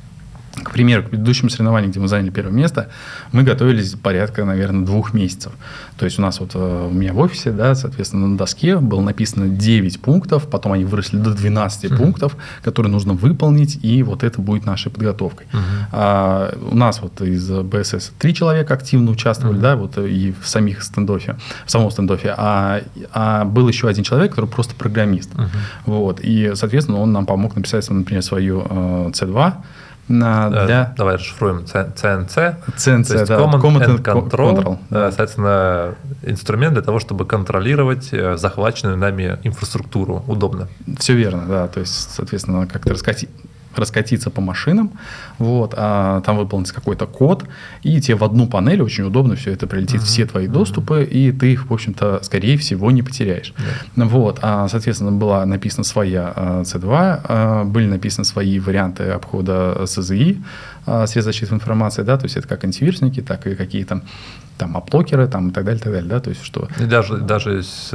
[SPEAKER 3] К примеру, к предыдущему соревнованию, где мы заняли первое место, мы готовились порядка, наверное, двух месяцев. То есть у нас вот у меня в офисе, да, соответственно, на доске было написано девять пунктов, потом они выросли до двенадцати uh-huh. пунктов, которые нужно выполнить, и вот это будет нашей подготовкой. Uh-huh. А, у нас вот из бэ эс эс три человека активно участвовали, uh-huh. да, вот и в самих стендофе, в самом стендофе, а, а был еще один человек, который просто программист. Uh-huh. Вот, и, соответственно, он нам помог написать, например, свою э, си два,
[SPEAKER 2] Для... Давай расшифруем си эн си.
[SPEAKER 3] си эн си,
[SPEAKER 2] то есть
[SPEAKER 3] да.
[SPEAKER 2] Command,
[SPEAKER 3] Command
[SPEAKER 2] and Control.
[SPEAKER 3] Control.
[SPEAKER 2] Да. Соответственно, инструмент для того, чтобы контролировать захваченную нами инфраструктуру удобно.
[SPEAKER 3] Все верно, да. То есть, соответственно, как-то раскатить. раскатиться по машинам, вот, а там выполнится какой-то код, и тебе в одну панель очень удобно все это прилетит, uh-huh. все твои доступы, и ты их, в общем-то, скорее всего, не потеряешь. Yeah. Вот, а, соответственно, была написана своя а, си два, а, были написаны свои варианты обхода эс зэ и, а, средств защиты информации, да, то есть это как антивирусники, так и какие-то там аплокеры, там и так далее, так далее, да, то есть что...
[SPEAKER 2] И даже, даже с...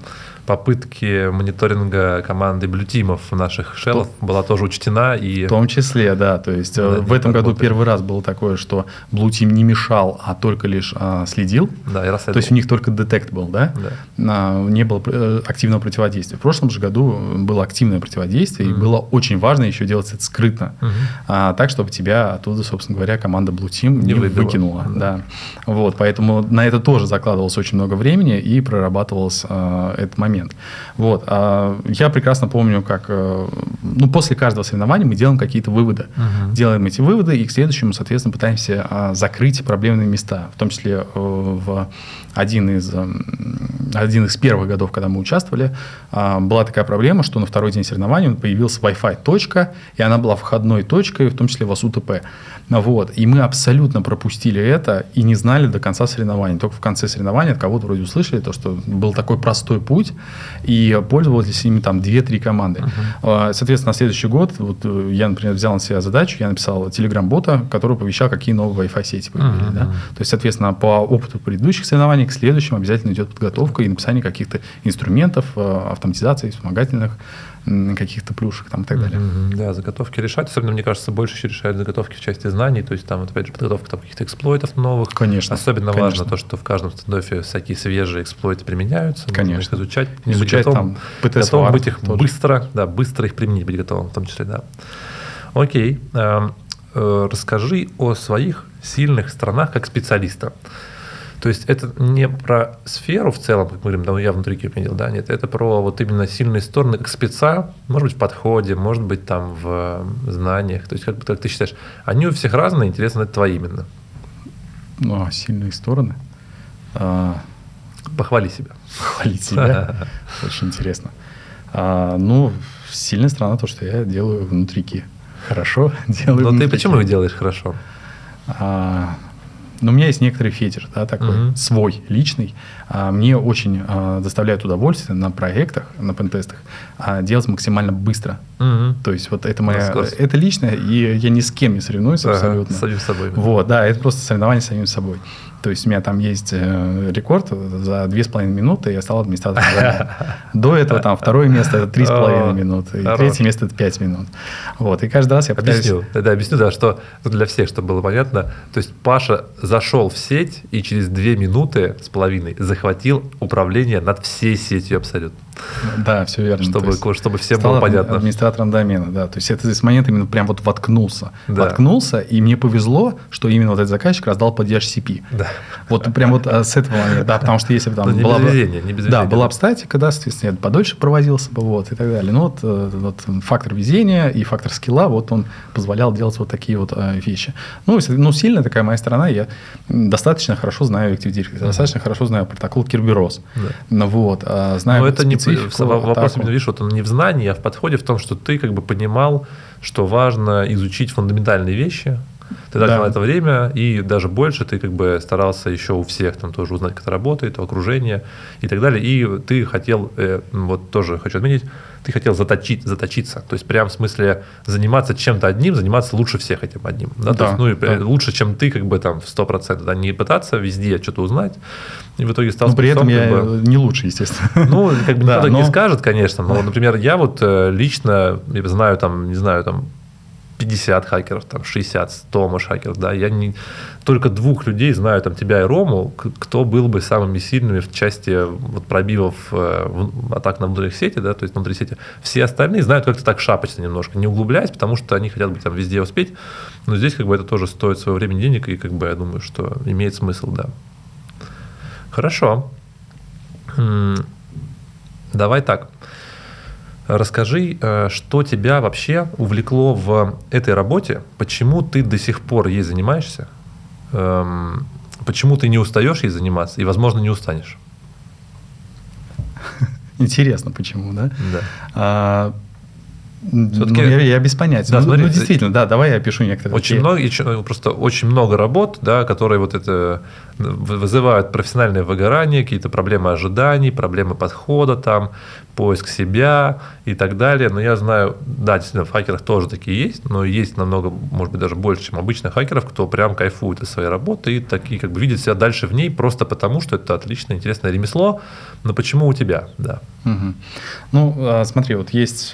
[SPEAKER 2] попытки мониторинга команды блютимов наших шеллов была тоже учтена. И...
[SPEAKER 3] В том числе, да. То есть да, в этом году первый раз было такое, что блутим не мешал, а только лишь а, следил.
[SPEAKER 2] Да, и расследовал.
[SPEAKER 3] То есть у них только детект был, да?
[SPEAKER 2] Да.
[SPEAKER 3] А, не было активного противодействия. В прошлом же году было активное противодействие, mm-hmm. и было очень важно еще делать это скрытно. Mm-hmm. А, так, чтобы тебя оттуда, собственно говоря, команда блутим не, не выкинула. Да. Да. Вот, поэтому на это тоже закладывалось очень много времени и прорабатывался а, этот момент. Вот. А я прекрасно помню, как ну, после каждого соревнования мы делаем какие-то выводы. Uh-huh. Делаем эти выводы, и к следующему, соответственно, пытаемся а, закрыть проблемные места. В том числе а, в один из, а, один из первых годов, когда мы участвовали, а, была такая проблема, что на второй день соревнований появилась Wi-Fi точка, и она была входной точкой, в том числе в ас ю тэ пэ. Вот. И мы абсолютно пропустили это и не знали до конца соревнований. Только в конце соревнований от кого-то вроде услышали, то, что был такой простой путь, и пользовались ими там две-три команды. Uh-huh. Соответственно, на следующий год вот, я, например, взял на себя задачу, я написал телеграм-бота, который оповещал, какие новые Wi-Fi сети появились. Uh-huh. Да? То есть, соответственно, по опыту предыдущих соревнований к следующим обязательно идет подготовка и написание каких-то инструментов, автоматизации, вспомогательных каких-то плюшек там, и так далее.
[SPEAKER 2] Mm-hmm. Да, заготовки решать. Особенно, мне кажется, больше еще решают заготовки в части знаний. То есть там, вот, опять же, подготовка там, каких-то эксплойтов новых.
[SPEAKER 3] Конечно.
[SPEAKER 2] Особенно
[SPEAKER 3] конечно.
[SPEAKER 2] важно то, что в каждом стендофе всякие свежие эксплойты применяются.
[SPEAKER 3] Конечно.
[SPEAKER 2] Их изучать.
[SPEAKER 3] Изучать
[SPEAKER 2] готовым,
[SPEAKER 3] там пи ти эс
[SPEAKER 2] готовым быть их
[SPEAKER 3] тоже.
[SPEAKER 2] быстро, да, быстро их применить, быть готовым в том числе, да. Окей. Расскажи о своих сильных сторонах как специалиста. То есть это не про сферу в целом, как мы говорим, да, я внутри кипендил, да, нет, это про вот именно сильные стороны как спеца, может быть, в подходе, может быть, там в знаниях. То есть, как, как ты считаешь, они у всех разные, интересно, это твои именно?
[SPEAKER 3] Ну, а сильные стороны? А...
[SPEAKER 2] Похвали себя.
[SPEAKER 3] Похвалить себя? Очень интересно. А, ну, сильная сторона то, что я делаю внутрики. Хорошо делаю.
[SPEAKER 2] Но ты почему их делаешь хорошо?
[SPEAKER 3] А... Но у меня есть некоторый фетиш, да, такой uh-huh. свой, личный. А, мне очень а, доставляет удовольствие на проектах, на пентестах а, делать максимально быстро. Uh-huh. То есть вот это моя, это личное, и я ни с кем не соревнуюсь uh-huh. абсолютно.
[SPEAKER 2] С самим собой.
[SPEAKER 3] Вот, да, это просто соревнование с самим собой. То есть у меня там есть э, рекорд за две с половиной минуты, я стал администратором задания. До этого там второе место это три с половиной минуты, и третье место это пять минут. Вот, и каждый раз я пытаюсь...
[SPEAKER 2] Объясню, да, объясню, да, что для всех, чтобы было понятно, то есть Паша зашел в сеть и через две минуты с половиной захватил управление над всей сетью абсолютно.
[SPEAKER 3] Да, все верно.
[SPEAKER 2] Чтобы, чтобы всем было понятно.
[SPEAKER 3] Администратором домена, да. То есть это с момента именно прям вот воткнулся.
[SPEAKER 2] Да.
[SPEAKER 3] Воткнулся, и мне повезло, что именно вот этот заказчик раздал под ди эйч си пи.
[SPEAKER 2] Да.
[SPEAKER 3] Вот прям вот с этого момента, да, потому что если бы там
[SPEAKER 2] не
[SPEAKER 3] была,
[SPEAKER 2] без везения, не без
[SPEAKER 3] да,
[SPEAKER 2] везения.
[SPEAKER 3] была бы статика, да, соответственно, я подольше проводился бы, вот, и так далее. Но вот, вот фактор везения и фактор скилла, вот он позволял делать вот такие вот э, вещи. Ну, ну, сильная такая моя сторона, я достаточно хорошо знаю Active Directory, достаточно хорошо знаю протокол Kerberos. Да. Вот, э, знаю
[SPEAKER 2] Но это не
[SPEAKER 3] специфику.
[SPEAKER 2] Вопрос именно, видишь, вот он не в знании, а в подходе, в том, что ты как бы понимал, что важно изучить фундаментальные вещи, Ты тратил да. на это время, и даже больше ты как бы старался еще у всех там тоже узнать, как это работает, окружение и так далее. И ты хотел, э, вот тоже хочу отметить, ты хотел заточить, заточиться. То есть прям в смысле заниматься чем-то одним, заниматься лучше всех этим одним. Да? Да, то есть, ну, и да. лучше, чем ты как бы там в сто процентов. Да? Не пытаться везде что-то узнать. И в итоге стал...
[SPEAKER 3] Но при этом я бы, не лучше, естественно.
[SPEAKER 2] Ну, как бы да, никто но... не скажет, конечно. Но, например, я вот лично знаю там, не знаю, там, пятьдесят хакеров, там, шестьдесят, сто, может, хакеров, да, я не, только двух людей знаю, там, тебя и Рому, кто был бы самыми сильными в части вот, пробивов э, атак на внутренних сети, да, то есть внутри сети. Все остальные знают как-то так шапочно немножко, не углубляясь, потому что они хотят быть там везде успеть, но здесь как бы это тоже стоит своего времени, денег, и как бы я думаю, что имеет смысл, да. Хорошо. Давай так. Расскажи, что тебя вообще увлекло в этой работе, почему ты до сих пор ей занимаешься, почему ты не устаешь ей заниматься и, возможно, не устанешь.
[SPEAKER 3] Интересно, почему, да?
[SPEAKER 2] Да.
[SPEAKER 3] А, ну, я, я без понятия. Да, ну, смотри, ну, действительно, да, давай я опишу некоторые.
[SPEAKER 2] Очень много, просто очень много работ, да, которые вот это вызывают профессиональное выгорание, какие-то проблемы ожиданий, проблемы подхода, там, поиск себя и так далее. Но я знаю, да, действительно, в хакерах тоже такие есть, но есть намного, может быть, даже больше, чем обычных хакеров, кто прям кайфует от своей работы и такие как бы видят себя дальше в ней просто потому, что это отличное, интересное ремесло. Но почему у тебя, да?
[SPEAKER 3] Угу. Ну, смотри, вот есть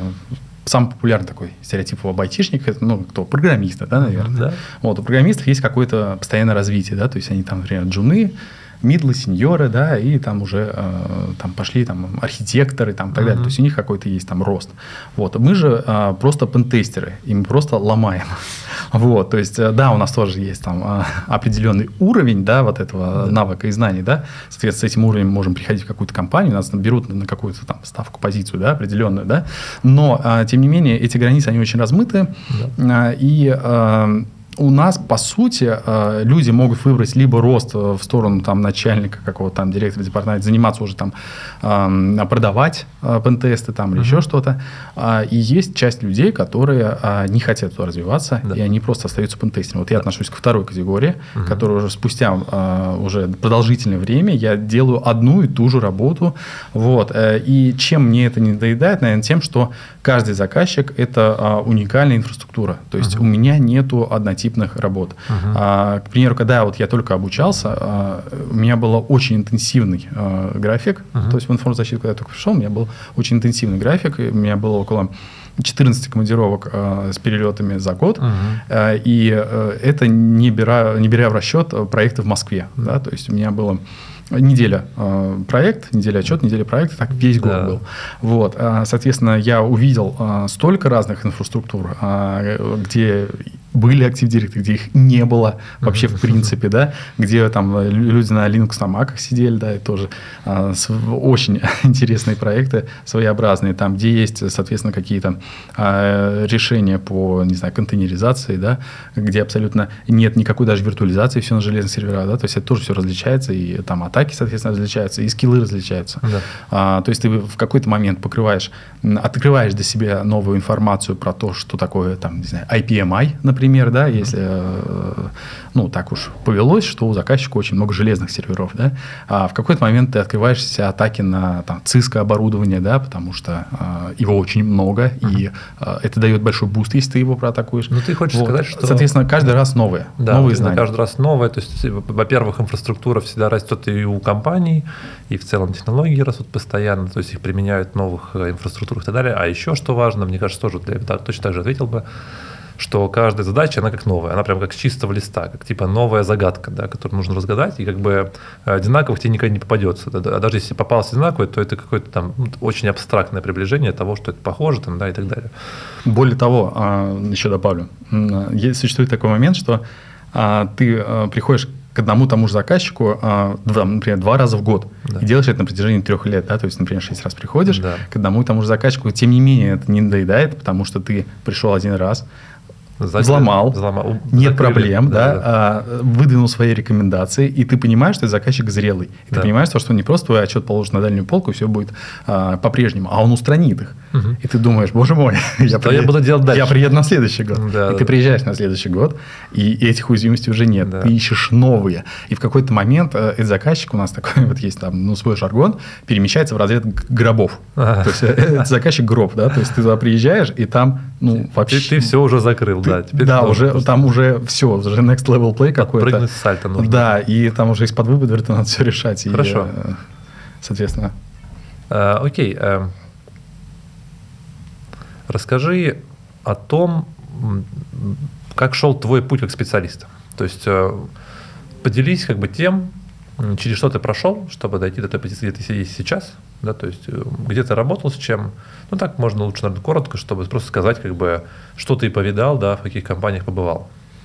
[SPEAKER 3] самый популярный такой стереотип у айтишника, ну, кто? Программисты, да, наверное.
[SPEAKER 2] Да.
[SPEAKER 3] Вот, у программистов есть какое-то постоянное развитие, да, то есть они там, например, джуны, мидлы, сеньоры, да, и там уже э, там пошли там архитекторы, там, и так mm-hmm. далее. То есть у них какой-то есть там рост. Вот. Мы же э, просто пентестеры, и мы просто ломаем. Вот. То есть, э, да, у нас тоже есть там э, определенный уровень, да, вот этого mm-hmm. навыка и знаний, да. Соответственно, с этим уровнем мы можем приходить в какую-то компанию, нас берут на какую-то там ставку, позицию, да, определенную, да. Но, э, тем не менее, эти границы, они очень размыты, mm-hmm. э, и э, у нас, по сути, люди могут выбрать либо рост в сторону там, начальника, какого-то там директора департамента, заниматься уже там, продавать пентесты там, или uh-huh. еще что-то. И есть часть людей, которые не хотят туда развиваться, да. и они просто остаются пентестерами. Вот я да. отношусь ко второй категории, uh-huh. которая уже спустя уже продолжительное время я делаю одну и ту же работу. Вот. И чем мне это не надоедает, наверное, тем, что каждый заказчик – это уникальная инфраструктура. То есть uh-huh. у меня нету однотипного работ. Uh-huh. А, к примеру, когда вот я только обучался, а, у меня был очень интенсивный а, график. Uh-huh. То есть в информзащиту, когда я только пришел, у меня был очень интенсивный график. У меня было около четырнадцать командировок а, с перелетами за год. Uh-huh. А, и а, это не беря, не беря в расчет проекты в Москве. Uh-huh. Да? То есть у меня было неделя э, проект, неделя отчет, неделя проекта, так весь год да. был. Вот, э, соответственно, я увидел э, столько разных инфраструктур, э, где были Active Directory, где их не было вообще в принципе, да, где там люди на Linux, на Mac сидели, да, и тоже э, с, очень интересные проекты, своеобразные, там, где есть, соответственно, какие-то э, решения по, не знаю, контейнеризации, да, где абсолютно нет никакой даже виртуализации, все на железных серверах, да, то есть это тоже все различается, и там атаки, соответственно, различаются, и скиллы различаются. Да. А, то есть ты в какой-то момент покрываешь, открываешь для себя новую информацию про то, что такое, там, не знаю, ай пи эм ай, например, да, если, ну, так уж повелось, что у заказчика очень много железных серверов, да, а в какой-то момент ты открываешь себе атаки на там, Cisco оборудование, да, потому что а, его очень много, uh-huh. и а, это дает большой буст, если ты его проатакуешь.
[SPEAKER 2] Ну, ты хочешь вот. сказать, что...
[SPEAKER 3] Соответственно, каждый раз новое,
[SPEAKER 2] да,
[SPEAKER 3] новые знания.
[SPEAKER 2] Каждый раз новое, то есть, во-первых, инфраструктура всегда растет и у компаний, и в целом технологии растут постоянно, то есть их применяют в новых инфраструктурах и так далее. А еще, что важно, мне кажется, тоже я точно так же ответил бы, что каждая задача, она как новая, она прям как с чистого листа, как типа новая загадка, да, которую нужно разгадать, и как бы одинаковых тебе никогда не попадется. А даже если попалось одинаковое, то это какое-то там очень абстрактное приближение того, что это похоже, там, да, и так далее.
[SPEAKER 3] Более того, еще добавлю, существует такой момент, что ты приходишь к одному тому же заказчику, например, два раза в год, да. и делаешь это на протяжении трех лет, да, то есть, например, шесть раз приходишь да. к одному и тому же заказчику, тем не менее это не надоедает, потому что ты пришел один раз,
[SPEAKER 2] Закрыл,
[SPEAKER 3] взломал,
[SPEAKER 2] взломал,
[SPEAKER 3] нет
[SPEAKER 2] закрыли,
[SPEAKER 3] проблем, да,
[SPEAKER 2] да, да.
[SPEAKER 3] А, выдвинул свои рекомендации, и ты понимаешь, что заказчик зрелый. И
[SPEAKER 2] Да.
[SPEAKER 3] ты понимаешь, что он не просто твой отчет положит на дальнюю полку, и все будет а, по-прежнему, а он устранит их.
[SPEAKER 2] Угу.
[SPEAKER 3] И ты думаешь, боже мой, я,
[SPEAKER 2] Что
[SPEAKER 3] приеду,
[SPEAKER 2] я буду делать дальше?
[SPEAKER 3] я приеду на следующий год.
[SPEAKER 2] Да,
[SPEAKER 3] и
[SPEAKER 2] да,
[SPEAKER 3] ты
[SPEAKER 2] да.
[SPEAKER 3] приезжаешь на следующий год, и этих уязвимостей уже нет.
[SPEAKER 2] Да.
[SPEAKER 3] Ты ищешь новые. И в какой-то момент э, этот заказчик, у нас такой вот есть там, ну, свой жаргон, перемещается в разряд г- гробов.
[SPEAKER 2] Ага.
[SPEAKER 3] То есть, это заказчик гроб, да, то есть ты туда приезжаешь, и там, ну, вообще...
[SPEAKER 2] Ты, ты все уже закрыл,
[SPEAKER 3] Ты-
[SPEAKER 2] да. Теперь
[SPEAKER 3] да,
[SPEAKER 2] нужно
[SPEAKER 3] уже,
[SPEAKER 2] просто
[SPEAKER 3] там уже все, уже next level play какой-то.
[SPEAKER 2] прыгнуть с сальто нужно.
[SPEAKER 3] Да, и там уже из-под выпада надо все решать. И,
[SPEAKER 2] Хорошо.
[SPEAKER 3] э, соответственно.
[SPEAKER 2] А, окей. а, расскажи о том, м, как шел твой путь как специалиста. То есть а, поделись как бы тем, м, через что ты прошел, чтобы дойти до той позиции, где ты сидишь сейчас. Да, то есть э, где ты работал, с чем. Ну так можно лучше, наверное, коротко, чтобы просто сказать, как бы, что ты повидал, да, в каких компаниях побывал.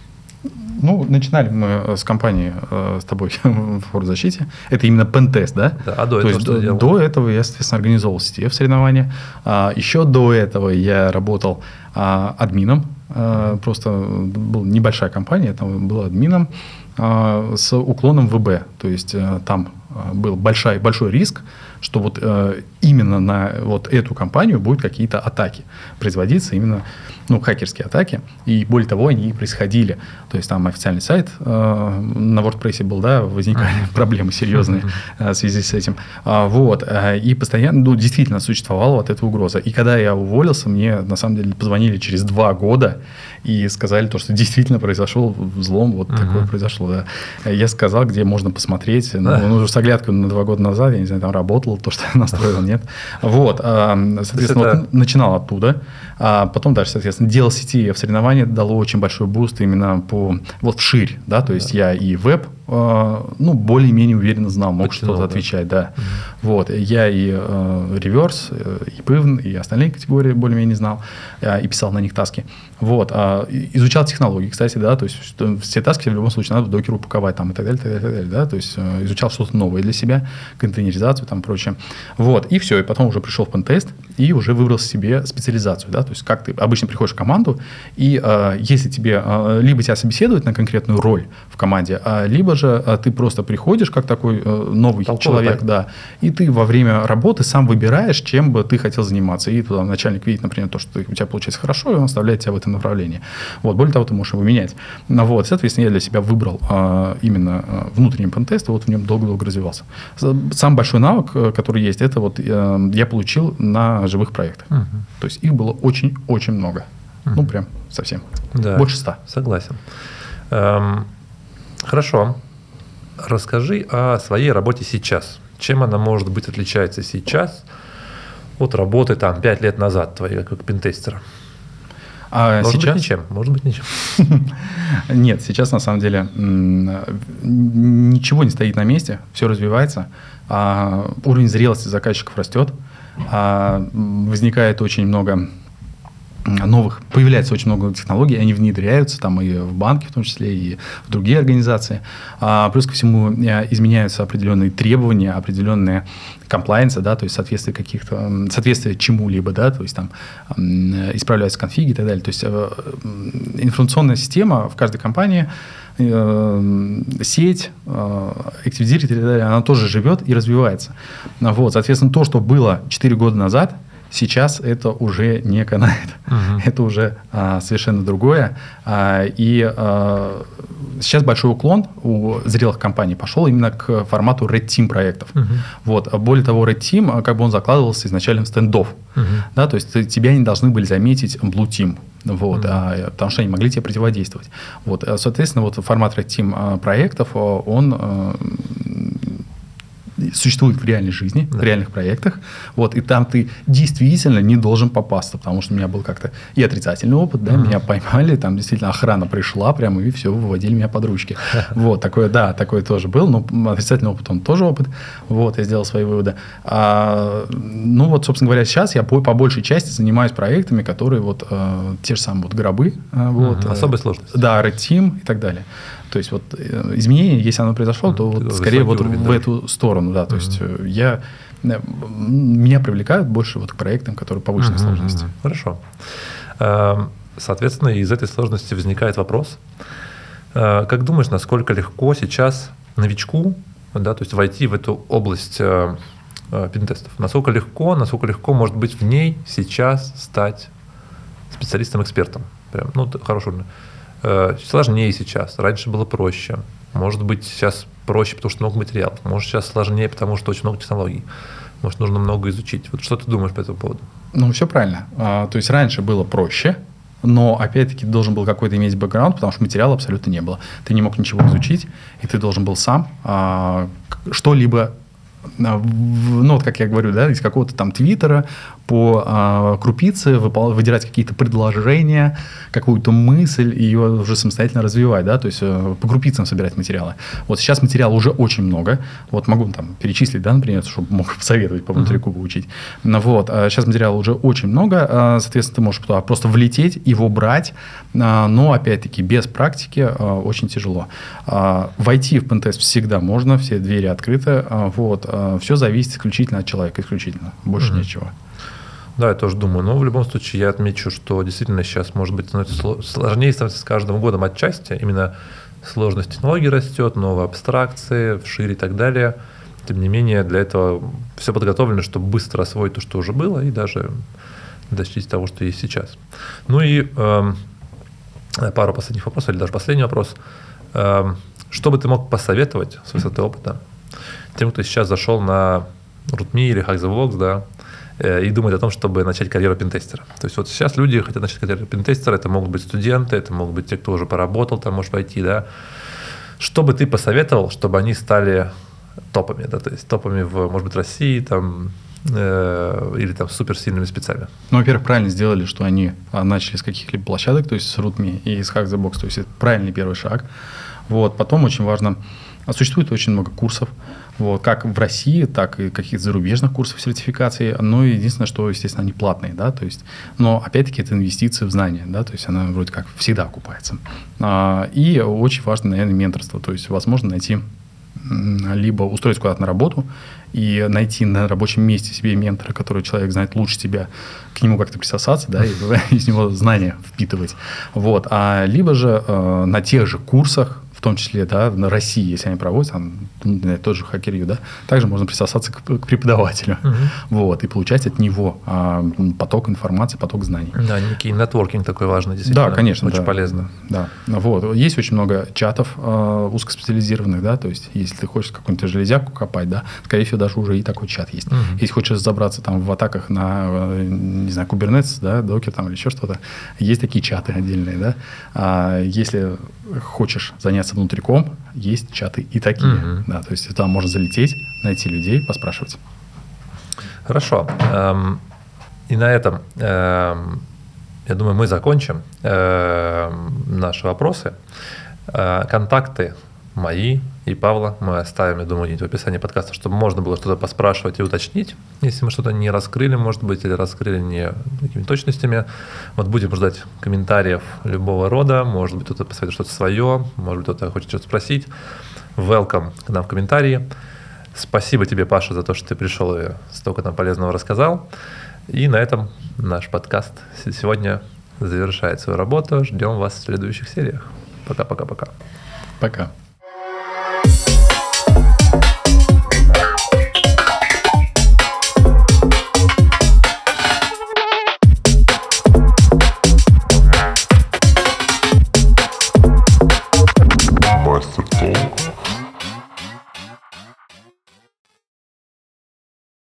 [SPEAKER 3] Ну, начинали мы с компании э, с тобой в форзащите. Это именно пентест, да?
[SPEAKER 2] Да, а до
[SPEAKER 3] То
[SPEAKER 2] этого
[SPEAKER 3] есть
[SPEAKER 2] что
[SPEAKER 3] до,
[SPEAKER 2] делал?
[SPEAKER 3] до этого я, соответственно, организовал си ти эф соревнования. А, еще до этого я работал а, админом. А, просто была небольшая компания, там был админом а, с уклоном в вэ бэ. То есть а, там а, был большой, большой риск, что вот э, именно на вот эту компанию будут какие-то атаки производиться, именно ну, хакерские атаки. И более того, они и происходили. То есть там официальный сайт э, на WordPress был, да, возникали mm-hmm. проблемы серьезные э, в связи с этим. А, вот. Э, и постоянно, ну, действительно существовала вот эта угроза. И когда я уволился, мне на самом деле позвонили через два года и сказали то, что действительно произошел взлом, вот mm-hmm. такое произошло. Да. Я сказал, где можно посмотреть. Ну, ну, уже с оглядкой на два года назад, я не знаю, там работал, то, что я настроил, нет. Вот. Соответственно,
[SPEAKER 2] это...
[SPEAKER 3] вот начинал оттуда. А потом дальше, соответственно, делал си ти эф соревнования, дало очень большой буст именно по вот вширь, да, то есть да. Я и веб, ну, более-менее уверенно знал, мог Потянул, что-то да. отвечать, да. Mm-hmm. Вот. Я и э, реверс, и пивн, и остальные категории более-менее знал, и писал на них таски. Вот. Изучал технологии, кстати, да, то есть все таски в любом случае надо в докер упаковать там и так далее, так далее, так далее, да, то есть изучал что-то новое для себя, контейнеризацию там и прочее. Вот. И все, и потом уже пришел в пентест и уже выбрал себе специализацию, да, то есть как ты обычно приходишь в команду, и э, если тебе, э, либо тебя собеседуют на конкретную роль в команде, а, либо же а, ты просто приходишь как такой э, новый Толковый человек, так. да, и ты во время работы сам выбираешь, чем бы ты хотел заниматься. И туда начальник видит, например, то, что ты, у тебя получается хорошо, и он оставляет тебя в этом направлении. Вот. Более того, ты можешь его менять. Ну, вот. Соответственно, я для себя выбрал а, именно а, внутренний пентест, и вот в нем долго-долго развивался. Сам большой навык, который есть, это вот а, я получил на живых проектах. Угу. То есть их было очень-очень много. Угу. Ну, прям совсем.
[SPEAKER 2] Да,
[SPEAKER 3] больше ста.
[SPEAKER 2] Согласен. Эм, хорошо. Расскажи о своей работе сейчас. Чем она, может быть, отличается сейчас от работы там пять лет назад твоей как пентестера?
[SPEAKER 3] А
[SPEAKER 2] может
[SPEAKER 3] сейчас?
[SPEAKER 2] быть, ничем. Может быть, ничем.
[SPEAKER 3] Нет, сейчас на самом деле ничего не стоит на месте, все развивается. Уровень зрелости заказчиков растет. Возникает очень много новых, появляется очень много технологий, они внедряются там и в банки, в том числе, и в другие организации. А, плюс ко всему изменяются определенные требования, определенные комплайенсы, да, то есть соответствие каких-то, соответствие чему-либо, да, то есть там исправляются конфиги и так далее. То есть информационная система в каждой компании, сеть, Active Directory и так далее, она тоже живет и развивается. Вот, соответственно, то, что было четыре года назад, сейчас это уже не канает. Uh-huh. Это уже а, совершенно другое. А, и а, сейчас большой уклон у зрелых компаний пошел именно к формату Red Team проектов. Uh-huh. Вот. Более того, Red Team, как бы он закладывался изначально в стендов. Uh-huh. Да, то есть тебя не должны были заметить Blue Team. Вот, uh-huh. а, потому что они могли тебе противодействовать. Вот, соответственно, вот формат Red Team проектов, он существует в реальной жизни, да. в реальных проектах. Вот, и там ты действительно не должен попасться, потому что у меня был как-то и отрицательный опыт, да, uh-huh. меня поймали, там действительно охрана пришла прямо и все, выводили меня под ручки. Вот, такое, да, такое тоже был, но отрицательный опыт, он тоже опыт. Вот, я сделал свои выводы. А, ну, вот, собственно говоря, сейчас я по, по большей части занимаюсь проектами, которые вот а, те же самые вот гробы. А, вот,
[SPEAKER 2] uh-huh. Особой сложности.
[SPEAKER 3] Да, Red Team и так далее. То есть вот изменение, если оно произошло, то вот скорее вот уровень, в да. эту сторону, да. То uh-huh. есть я, меня привлекают больше вот к проектам, которые повышенной uh-huh. сложности.
[SPEAKER 2] Хорошо. А, соответственно, из этой сложности возникает вопрос. Как думаешь, насколько легко сейчас новичку, да, то есть войти в эту область пентестов? Насколько легко, насколько легко может быть в ней сейчас стать специалистом-экспертом? Прям, ну, хорошо. Сложнее сейчас, раньше было проще. Может быть, сейчас проще, потому что много материалов. Может, сейчас сложнее, потому что очень много технологий. Может, нужно много изучить. Вот что ты думаешь по этому поводу?
[SPEAKER 3] Ну, все правильно. А, то есть раньше было проще, но, опять-таки, должен был какой-то иметь бэкграунд, потому что материала абсолютно не было. Ты не мог ничего изучить, и ты должен был сам а, что-либо, а, в, ну, вот как я говорю, да, из какого-то там твиттера по а, крупице выпал, выдирать какие-то предложения, какую-то мысль, и ее уже самостоятельно развивать, да, то есть а, по крупицам собирать материалы. Вот сейчас материала уже очень много. Вот могу там перечислить, да, например, чтобы мог посоветовать по внутрику поучить. Ну, вот, а сейчас материала уже очень много, а, соответственно, ты можешь туда просто влететь, его брать, а, но, опять-таки, без практики а, очень тяжело. А, войти в пентест всегда можно, все двери открыты, а, вот, а, все зависит исключительно от человека, исключительно, больше mm-hmm. ничего.
[SPEAKER 2] Да, я тоже думаю. Но в любом случае я отмечу, что действительно сейчас, может быть, становится сложнее становится с каждым годом отчасти. Именно сложность технологий растет, новые абстракции, вширь и так далее. Тем не менее, для этого все подготовлено, чтобы быстро освоить то, что уже было, и даже достичь того, что есть сейчас. Ну и э, пару последних вопросов, или даже последний вопрос. Э, что бы ты мог посоветовать с высоты опыта тем, кто сейчас зашел на RootMe или Hack the Box, да, и думать о том, чтобы начать карьеру пентестера. То есть вот сейчас люди хотят начать карьеру пентестера, это могут быть студенты, это могут быть те, кто уже поработал, там может войти, да. Что бы ты посоветовал, чтобы они стали топами, да, то есть топами в, может быть, России, там, э, или там суперсильными спецами?
[SPEAKER 3] Ну, во-первых, правильно сделали, что они начали с каких-либо площадок, то есть с RootMe и с Hack the Box, то есть это правильный первый шаг. Вот. Потом очень важно, существует очень много курсов, вот, как в России, так и каких-то зарубежных курсов сертификации. Но единственное, что, естественно, они платные, да, то есть, но опять-таки это инвестиции в знания, да, то есть она вроде как всегда окупается. А, и очень важно, наверное, менторство, то есть возможно найти либо устроиться куда-то на работу и найти на рабочем месте себе ментора, который человек знает лучше тебя, к нему как-то присосаться, да, и из него знания впитывать. Вот. А либо же э, на тех же курсах, в том числе, да, на России, если они проводят, там, тот же HackerU, да, также можно присосаться к, к преподавателю, uh-huh. вот, и получать от него а, поток информации, поток знаний.
[SPEAKER 2] Да, некий нетворкинг такой важный, действительно.
[SPEAKER 3] Да, конечно.
[SPEAKER 2] Очень
[SPEAKER 3] да,
[SPEAKER 2] полезно.
[SPEAKER 3] Да, вот. Есть очень много чатов а, узкоспециализированных, да, то есть, если ты хочешь какую-нибудь железяку копать, да, скорее всего, даже уже и такой чат есть. Uh-huh. Если хочешь разобраться там в атаках на, не знаю, Kubernetes, да, докер там или еще что-то, есть такие чаты отдельные, да. А если хочешь заняться внутриком, есть чаты и такие. Mm-hmm. Да, то есть там можно залететь, найти людей, поспрашивать.
[SPEAKER 2] Хорошо. Эм, и на этом, эм, я думаю, мы закончим эм, наши вопросы. Э, контакты мои и Павла мы оставим, я думаю, в описании подкаста, чтобы можно было что-то поспрашивать и уточнить, если мы что-то не раскрыли, может быть, или раскрыли не какими-то точностями. Вот будем ждать комментариев любого рода, может быть, кто-то посоветует что-то свое, может быть, кто-то хочет что-то спросить. Welcome к нам в комментарии. Спасибо тебе, Паша, за то, что ты пришел и столько нам полезного рассказал. И на этом наш подкаст сегодня завершает свою работу. Ждем вас в следующих сериях. Пока-пока-пока.
[SPEAKER 3] Пока.